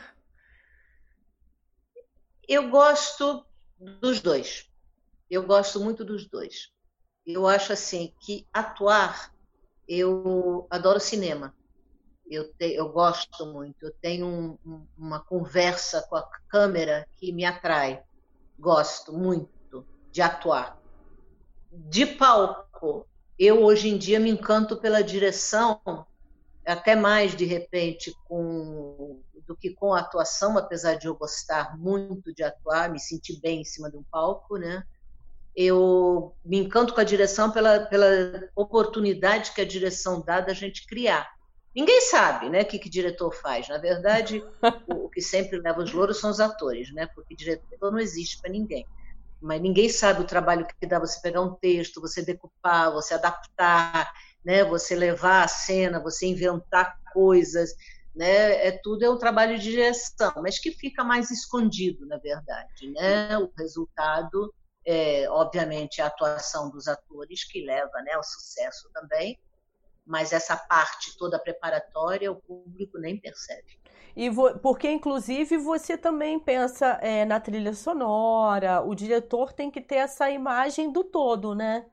Eu gosto dos dois. Eu gosto muito dos dois. Eu acho assim que atuar, eu adoro cinema. Eu gosto muito. Eu tenho uma conversa com a câmera que me atrai. Gosto muito de atuar. De palco, eu hoje em dia me encanto pela direção, até mais de repente do que com a atuação, apesar de eu gostar muito de atuar, me sentir bem em cima de um palco, né? eu me encanto com a direção pela oportunidade que a direção dá da gente criar. Ninguém sabe, né, o que diretor faz. Na verdade, o que sempre leva os louros são os atores, né, porque diretor não existe para ninguém. Mas ninguém sabe o trabalho que dá você pegar um texto, você decupar, você adaptar, né, você levar a cena, você inventar coisas, né, tudo é um trabalho de direção, mas que fica mais escondido, na verdade, né? O resultado é, obviamente, a atuação dos atores que leva, né, ao sucesso também, mas essa parte toda preparatória o público nem percebe. Porque, inclusive, você também pensa na trilha sonora, o diretor tem que ter essa imagem do todo, né?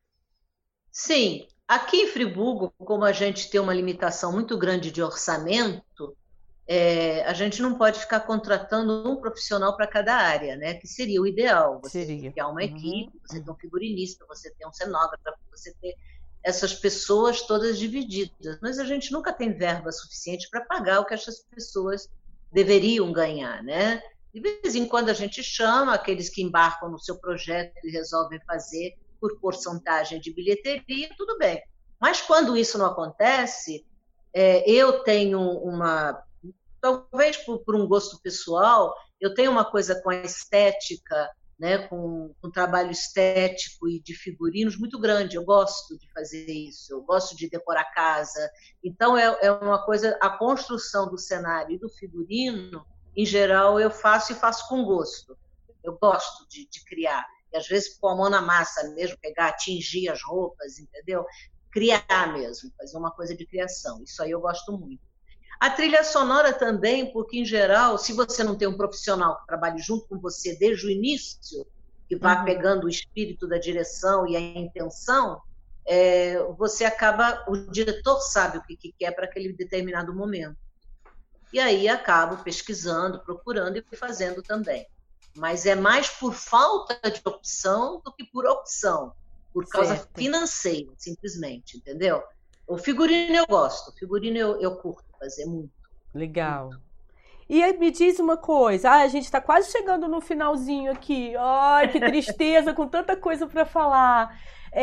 Sim, aqui em Friburgo, como a gente tem uma limitação muito grande de orçamento, a gente não pode ficar contratando um profissional para cada área, né? Que seria o ideal. Você Seria. ter uma equipe, você ter um figurinista, você ter um cenógrafo, você ter essas pessoas todas divididas. Mas a gente nunca tem verba suficiente para pagar o que essas pessoas deveriam ganhar, né? De vez em quando a gente chama aqueles que embarcam no seu projeto e resolvem fazer por porcentagem de bilheteria, tudo bem. Mas quando isso não acontece, eu tenho uma... Talvez por um gosto pessoal, eu tenho uma coisa com a estética, né, com trabalho estético e de figurinos muito grande. Eu gosto de fazer isso, eu gosto de decorar a casa. Então, é uma coisa, a construção do cenário e do figurino, em geral, eu faço e faço com gosto. Eu gosto de criar. E às vezes pôr a mão na massa mesmo, pegar, tingir as roupas, entendeu? Criar mesmo, fazer uma coisa de criação. Isso aí eu gosto muito. A trilha sonora também, porque, em geral, se você não tem um profissional que trabalhe junto com você desde o início, que vá pegando o espírito da direção e a intenção, você acaba... O diretor sabe o que quer para aquele determinado momento. E aí acabo pesquisando, procurando e fazendo também. Mas é mais por falta de opção do que por opção, por causa financeira, simplesmente, entendeu? O figurino eu gosto, o figurino eu curto fazer muito. Legal. Muito. E aí me diz uma coisa, a gente está quase chegando no finalzinho aqui. Ai, que tristeza, com tanta coisa para falar.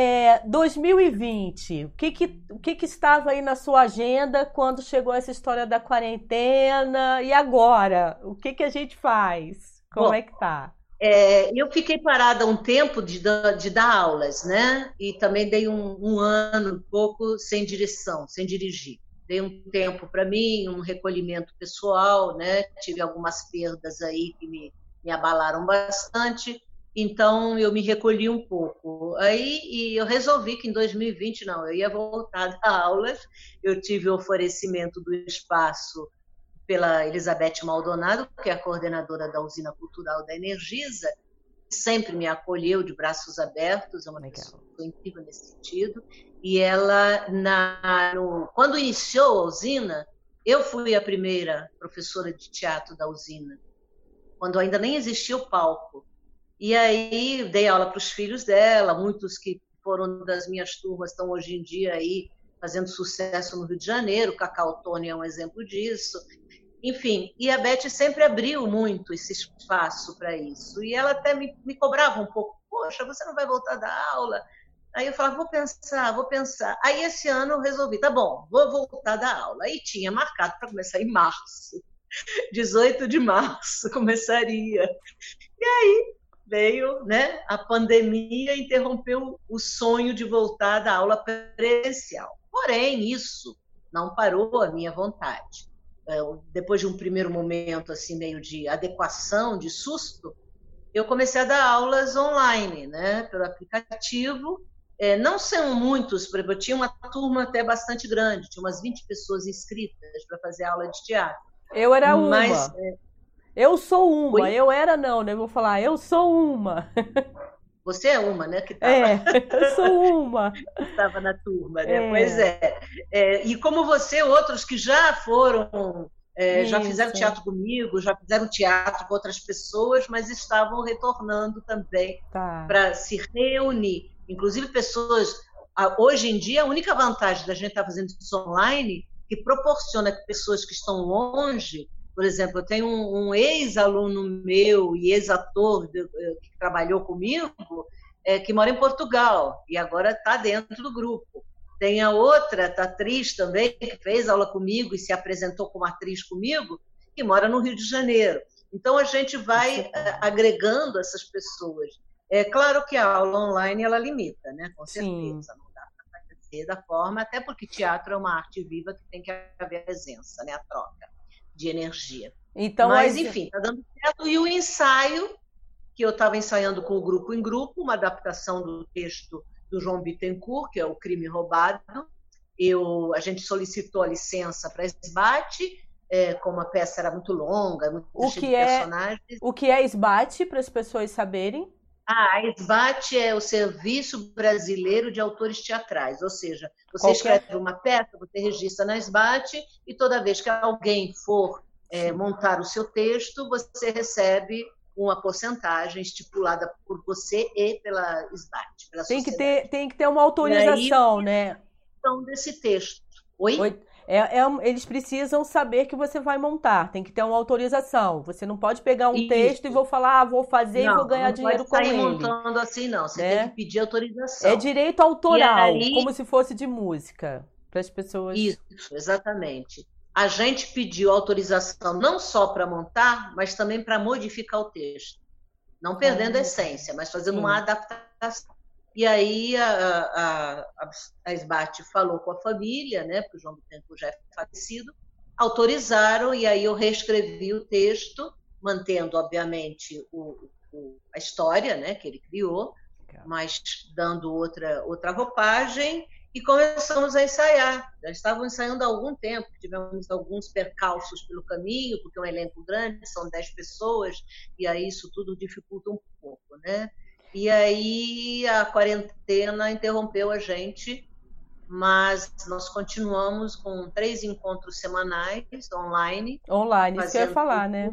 2020, o que estava aí na sua agenda quando chegou essa história da quarentena? E agora? O que a gente faz? Como é que tá? Eu fiquei parada um tempo de dar aulas, né? E também dei um ano, um pouco, sem direção, sem dirigir. Dei um tempo para mim, um recolhimento pessoal, né? Tive algumas perdas aí que me abalaram bastante, então eu me recolhi um pouco. Aí eu resolvi que em 2020, não, eu ia voltar a dar aulas. Eu tive o oferecimento do espaço pela Elizabeth Maldonado, que é a coordenadora da Usina Cultural da Energisa, sempre me acolheu de braços abertos, é uma pessoa incrível nesse sentido. E ela, quando iniciou a usina, eu fui a primeira professora de teatro da usina, quando ainda nem existia o palco. E aí dei aula para os filhos dela, muitos que foram das minhas turmas estão hoje em dia aí fazendo sucesso no Rio de Janeiro, Cacau Tony é um exemplo disso. Enfim, e a Beth sempre abriu muito esse espaço para isso. E ela até me cobrava um pouco, poxa, você não vai voltar a dar aula? Aí eu falava, vou pensar. Aí esse ano eu resolvi, tá bom, vou voltar a dar aula. Aí tinha marcado para começar em março, 18 de março começaria. E aí veio, né, a pandemia, interrompeu o sonho de voltar a dar aula presencial. Porém, isso não parou a minha vontade. Depois de um primeiro momento assim meio de adequação, de susto, eu comecei a dar aulas online, né, pelo aplicativo. Não são muitos, por exemplo, eu tinha uma turma até bastante grande, tinha umas 20 pessoas inscritas para fazer aula de teatro. Eu era uma. Eu sou uma. Oi? Eu era não, né? Vou falar, eu sou uma. Você é uma, né? Que tava... eu sou uma. Estava na turma, né? Pois é. E como você, outros que já foram, já fizeram teatro comigo, já fizeram teatro com outras pessoas, mas estavam retornando também para se reunir. Inclusive pessoas... Hoje em dia, a única vantagem da gente estar fazendo isso online, que proporciona que pessoas que estão longe... Por exemplo, eu tenho um ex-aluno meu e ex-ator que trabalhou comigo, que mora em Portugal e agora está dentro do grupo. Tem a outra atriz também, que fez aula comigo e se apresentou como atriz comigo, que mora no Rio de Janeiro. Então, a gente vai agregando essas pessoas. É claro que a aula online, ela limita, né? Com certeza. Sim. Não dá para fazer da forma, até porque teatro é uma arte viva que tem que haver presença, né? A troca de energia. Então, mas, enfim, está dando certo. E o ensaio, que eu estava ensaiando com o grupo em grupo, uma adaptação do texto do João Bittencourt, que é o Crime Roubado. A gente solicitou a licença para SBAT, como a peça era muito longa, muito cheia de personagens. O que é SBAT, para as pessoas saberem? A SBAT é o Serviço Brasileiro de Autores Teatrais, ou seja, você escreve uma peça, você registra na SBAT e toda vez que alguém for montar o seu texto, você recebe uma porcentagem estipulada por você e pela SBAT, pela sociedade. Tem que ter uma autorização, né? Desse texto. Oi? Eles precisam saber que você vai montar, tem que ter uma autorização. Você não pode pegar um texto e vou falar, vou fazer e vou ganhar dinheiro com ele. Não pode sair montando assim, não. Você tem que pedir autorização. É direito autoral, como se fosse de música, para as pessoas. Isso, exatamente. A gente pediu autorização não só para montar, mas também para modificar o texto. Não perdendo a essência, mas fazendo uma adaptação. E aí a SBAT falou com a família, né, porque o João Bittencourt já é falecido, autorizaram, e aí eu reescrevi o texto, mantendo, obviamente, a história, né, que ele criou, mas dando outra roupagem, e começamos a ensaiar. Já estavam ensaiando há algum tempo, tivemos alguns percalços pelo caminho, porque é um elenco grande, são 10 pessoas, e aí isso tudo dificulta um pouco, né? E aí a quarentena interrompeu a gente, mas nós continuamos com 3 encontros semanais online. Online, isso que eu ia falar, né?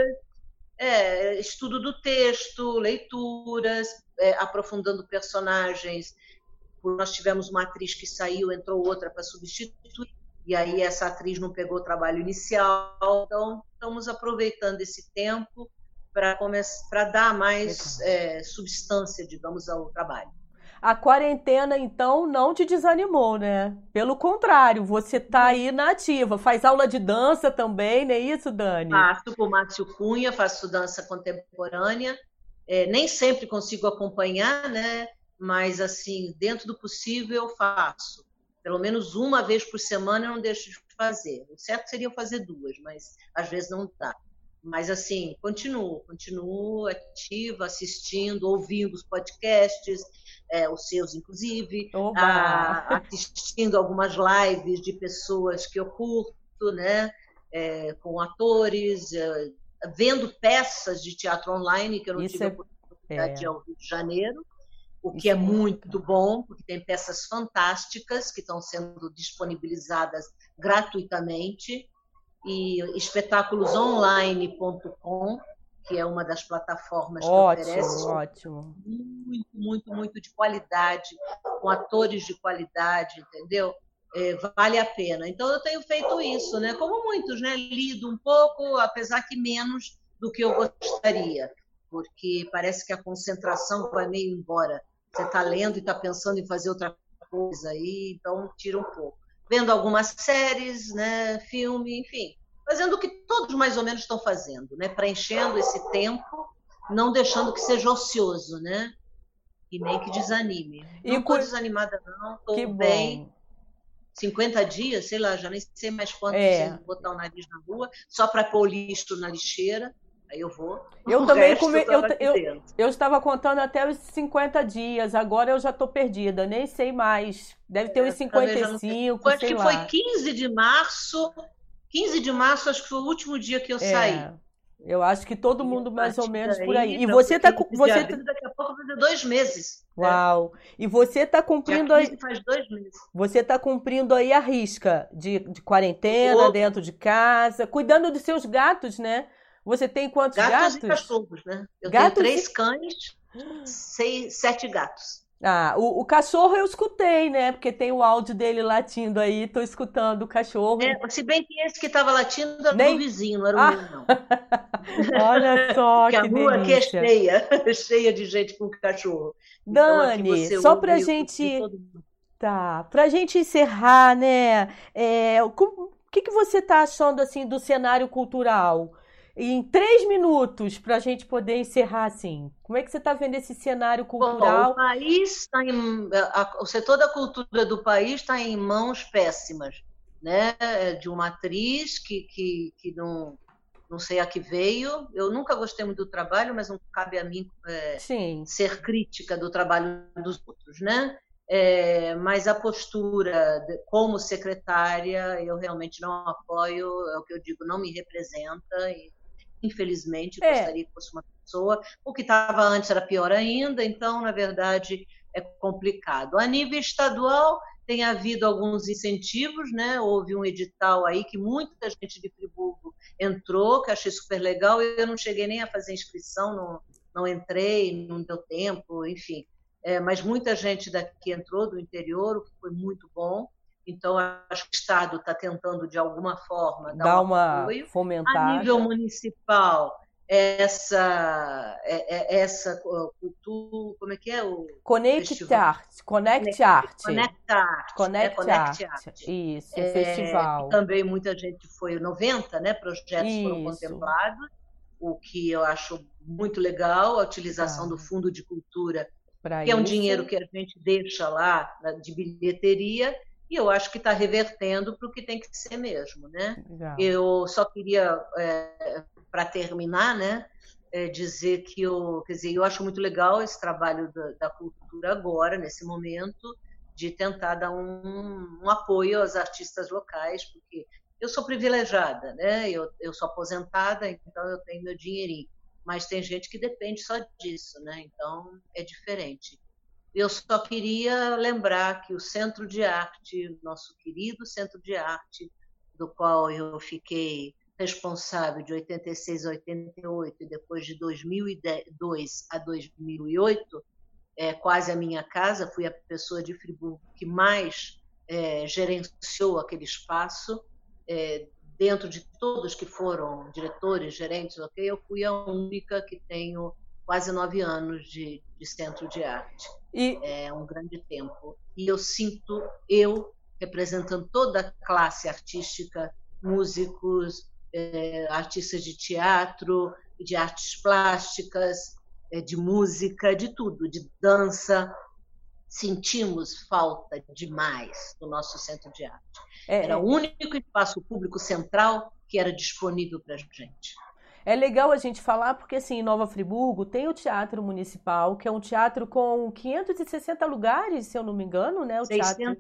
Estudo do texto, leituras, aprofundando personagens. Nós tivemos uma atriz que saiu, entrou outra para substituir, e aí essa atriz não pegou o trabalho inicial. Então, estamos aproveitando esse tempo para dar mais substância, digamos, ao trabalho. A quarentena, então, não te desanimou, né? Pelo contrário, você está aí na ativa. Faz aula de dança também, não é isso, Dani? Faço com o Márcio Cunha, faço dança contemporânea. Nem sempre consigo acompanhar, né? Mas, assim, dentro do possível, eu faço. Pelo menos uma vez por semana eu não deixo de fazer. O certo seria eu fazer 2, mas às vezes não dá. Mas, assim, continuo ativa, assistindo, ouvindo os podcasts, os seus, inclusive, assistindo algumas lives de pessoas que eu curto, né? Com atores, vendo peças de teatro online, que eu não tive a oportunidade de ir ao Rio de Janeiro, o que é muito bom, porque tem peças fantásticas que estão sendo disponibilizadas gratuitamente, e espetáculosonline.com, que é uma das plataformas que oferece muito, muito, muito de qualidade, com atores de qualidade, entendeu? Vale a pena. Então, eu tenho feito isso, né? Como muitos, né? Lido um pouco, apesar que menos do que eu gostaria, porque parece que a concentração vai meio embora. Você está lendo e está pensando em fazer outra coisa aí, então tira um pouco. Vendo algumas séries, né, filme, enfim, fazendo o que todos mais ou menos estão fazendo, né, preenchendo esse tempo, não deixando que seja ocioso, né, e nem que desanime. Não estou desanimada não, estou bem. 50 dias, sei lá, já nem sei mais quanto sem botar o nariz na rua, só para pôr o lixo na lixeira. Aí eu vou. Eu também eu estava contando até os 50 dias, agora eu já estou perdida, nem sei mais. Deve ter uns 55, acho que foi 15 de março. 15 de março, acho que foi o último dia que eu saí. Eu acho que todo mundo mais ou menos por aí. E você está daqui a pouco vai fazer 2 meses. Uau! E você está cumprindo aí. Faz 2 meses. Você está cumprindo aí a risca de quarentena dentro de casa, cuidando dos seus gatos, né? Você tem quantos gatos? Gatos e cachorros, né? Eu tenho 3 cães, 7 gatos. Ah, o cachorro eu escutei, né? Porque tem o áudio dele latindo aí, tô escutando o cachorro e Se bem que esse que estava latindo era do nem. vizinho, não era o Ah, meu, não. olha só Que a que rua aqui é delícia. cheia, cheia de gente com cachorro. Então aqui Dani, você só pra ouve de gente, todo mundo. tá, pra gente encerrar, né? O que que você tá achando assim do cenário cultural? Em 3 minutos, pra gente poder encerrar assim. Como é que você tá vendo esse cenário Bom, o cultural? país está o setor da cultura do país está em mãos péssimas, né? De uma atriz que não sei a que veio. Eu nunca gostei muito do trabalho, mas não cabe a mim Sim. ser crítica do trabalho dos outros, né? Mas a postura como secretária eu realmente não apoio, é o que eu digo, não me representa. E, infelizmente, É, gostaria que fosse uma pessoa. O que estava antes era pior ainda, então, na verdade, é complicado. A nível estadual, tem havido alguns incentivos, né? Houve um edital aí que muita gente de Friburgo entrou, que achei super legal. Eu não cheguei nem a fazer inscrição, não entrei, não deu tempo, enfim. Mas muita gente daqui entrou do interior, o que foi muito bom. Então, acho que o Estado está tentando, de alguma forma, dar um dá uma apoio. A nível fomentada. municipal, essa cultura, como é que é o Connect festival? Art, Connect Art, Connect Art, Connect Connect Art, Art. isso, o Que festival. também muita gente foi, 90, né, projetos foram Isso, contemplados, o que eu acho muito legal, a utilização do tá. Fundo de Cultura, Para que é um dinheiro isso, que a gente deixa lá de bilheteria, e eu acho que está revertendo para o que tem que ser mesmo, né? legal. Eu só queria, para terminar, né, dizer que quer dizer, eu acho muito legal esse trabalho da cultura agora, nesse momento, de tentar dar um apoio aos artistas locais, porque eu sou privilegiada, né? Eu sou aposentada, então eu tenho meu dinheirinho, mas tem gente que depende só disso, né? Então é diferente. Eu só queria lembrar que o Centro de Arte, nosso querido Centro de Arte, do qual eu fiquei responsável de 86 a 88 e depois de 2002 a 2008, quase a minha casa, fui a pessoa de Friburgo que mais gerenciou aquele espaço, dentro de todos que foram diretores, gerentes, ok? Eu fui a única que tenho quase 9 anos de centro de arte. E É um grande tempo. E eu sinto, eu, representando toda a classe artística, músicos, artistas de teatro, de artes plásticas, de música, de tudo, de dança, sentimos falta demais do nosso centro de arte. é, Era o é, único espaço público central que era disponível para a gente. é legal a gente falar porque assim, em Nova Friburgo tem o Teatro Municipal, que é um teatro com 560 lugares, se eu não me engano, né? O teatro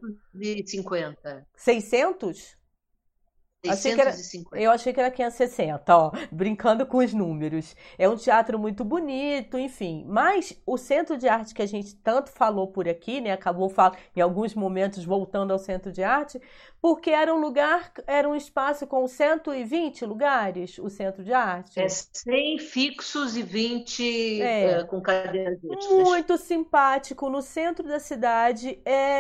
650. 600. Achei que era. 650. Eu achei que era 560, ó, brincando com os números. É um teatro muito bonito, enfim. Mas o centro de arte que a gente tanto falou por aqui, né? Acabou em alguns momentos voltando ao centro de arte, porque era um lugar, era um espaço com 120 lugares, o centro de arte. 100 fixos e 20 É, com cadeiras extras. muito simpático no centro da cidade.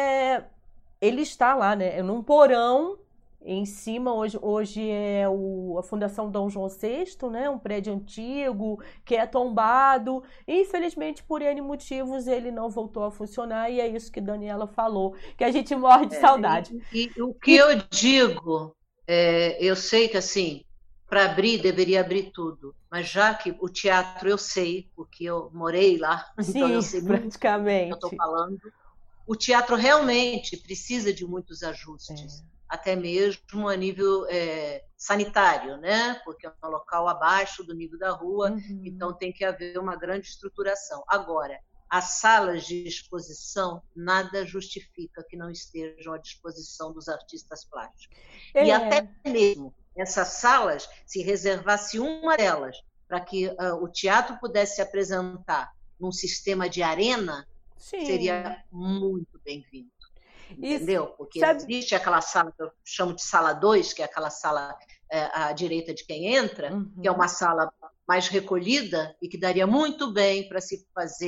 Ele está lá, né? É num porão. Em cima, hoje é a Fundação Dom João VI, né? Um prédio antigo que é tombado. Infelizmente, por N motivos, ele não voltou a funcionar. E é isso que Daniela falou, que a gente morre de saudade. E o que E eu digo, eu sei que assim, para abrir, deveria abrir tudo. Mas já que o teatro eu sei, porque eu morei lá, então eu sim, sei muito do que eu estou praticamente. falando, o teatro realmente precisa de muitos ajustes, É. até mesmo a nível sanitário, né? Porque é um local abaixo do nível da rua, Uhum. então tem que haver uma grande estruturação. Agora, as salas de exposição, nada justifica que não estejam à disposição dos artistas plásticos. E até É, mesmo essas salas, se reservasse uma delas para que o teatro pudesse se apresentar num sistema de arena, sim. seria muito bem-vindo, E entendeu? Porque sabe, existe aquela sala que eu chamo de sala 2, que é aquela sala à direita de quem entra, que é uhum. uma sala mais recolhida e que daria muito bem para se fazer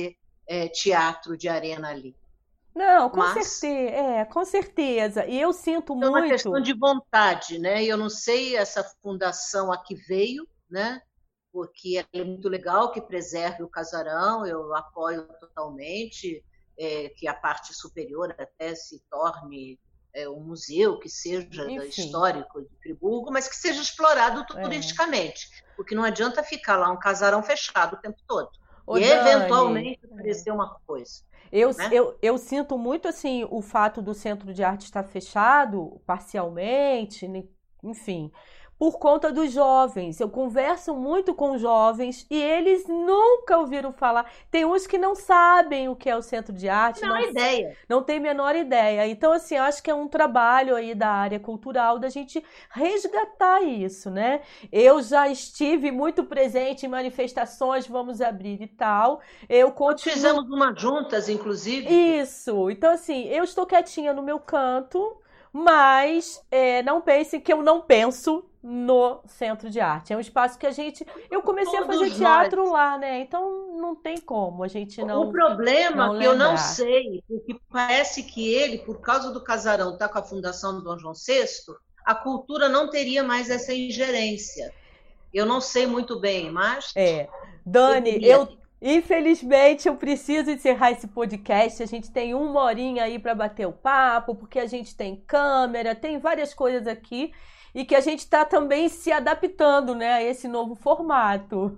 teatro de arena ali. Não, Mas com certeza. E eu sinto é uma questão muito. de vontade, né? Eu não sei essa fundação a que veio, né? Porque é muito legal que preserve o casarão, eu apoio totalmente, que a parte superior até se torne um museu que seja Enfim, histórico de Friburgo, mas que seja explorado é. turisticamente, porque não adianta ficar lá um casarão fechado o tempo todo Ô, e Dani, eventualmente aparecer uma coisa, eu, né? eu sinto muito assim o fato do centro de arte estar fechado parcialmente, né, enfim, por conta dos jovens. Eu converso muito com jovens e eles nunca ouviram falar. Tem uns que não sabem o que é o centro de arte, Não é ideia. não tem a menor ideia. Então, assim, eu acho que é um trabalho aí da área cultural da gente resgatar isso, né? Eu já estive muito presente em manifestações, vamos abrir e tal. Eu Nós continuo. fizemos uma juntas, inclusive. Isso. Então, assim, eu estou quietinha no meu canto, mas não pensem que eu não penso no centro de arte. É um espaço que a gente. Eu comecei a fazer Todos nós. teatro lá, né? Então não tem como a gente O não problema que eu não lembrar. sei, porque parece que ele, por causa do casarão, está com a Fundação do Dom João VI, a cultura não teria mais essa ingerência. Eu não sei muito bem, mas É. Dani, deveria ter. infelizmente eu preciso encerrar esse podcast. A gente tem uma horinha aí para bater o papo, porque a gente tem câmera, tem várias coisas aqui e que a gente está também se adaptando, né, a esse novo formato.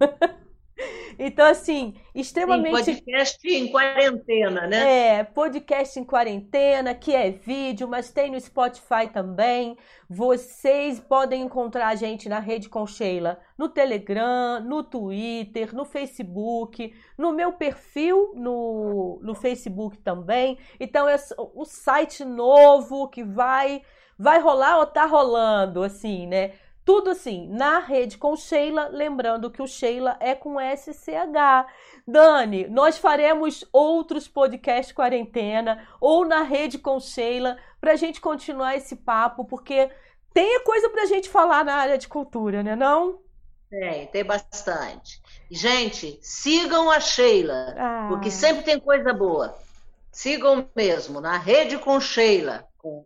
Então, assim, Sim, extremamente podcast em quarentena, né? podcast em quarentena, que é vídeo, mas tem no Spotify também. Vocês podem encontrar a gente na Rede com Sheila, no Telegram, no Twitter, no Facebook, no meu perfil no Facebook também. Então é o site novo que vai rolar ou tá rolando, assim, né? Tudo assim, na Rede com Sheila, lembrando que o Sheila é com SCH. Dani, nós faremos outros podcasts quarentena ou na Rede com Sheila para a gente continuar esse papo, porque tem coisa para a gente falar na área de cultura, né não? Tem bastante. Gente, sigam a Sheila, porque Ah. sempre tem coisa boa. Sigam mesmo, na Rede com Sheila, com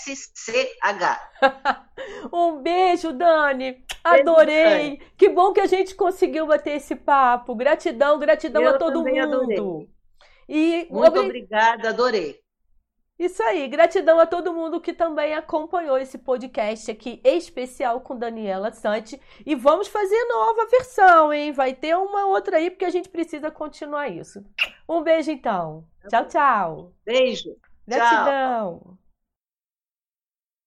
SCH. Um beijo, Dani. Beijo grande. Adorei. Que bom que a gente conseguiu bater esse papo. Gratidão, gratidão a Eu todo também adorei. mundo. E Muito obrigada, adorei. isso aí, gratidão a todo mundo que também acompanhou esse podcast aqui especial com Daniela Sante. E vamos fazer nova versão, hein? Vai ter uma outra aí porque a gente precisa continuar isso. Um beijo então. Tchau, tchau. Beijo. Tchau. Gratidão.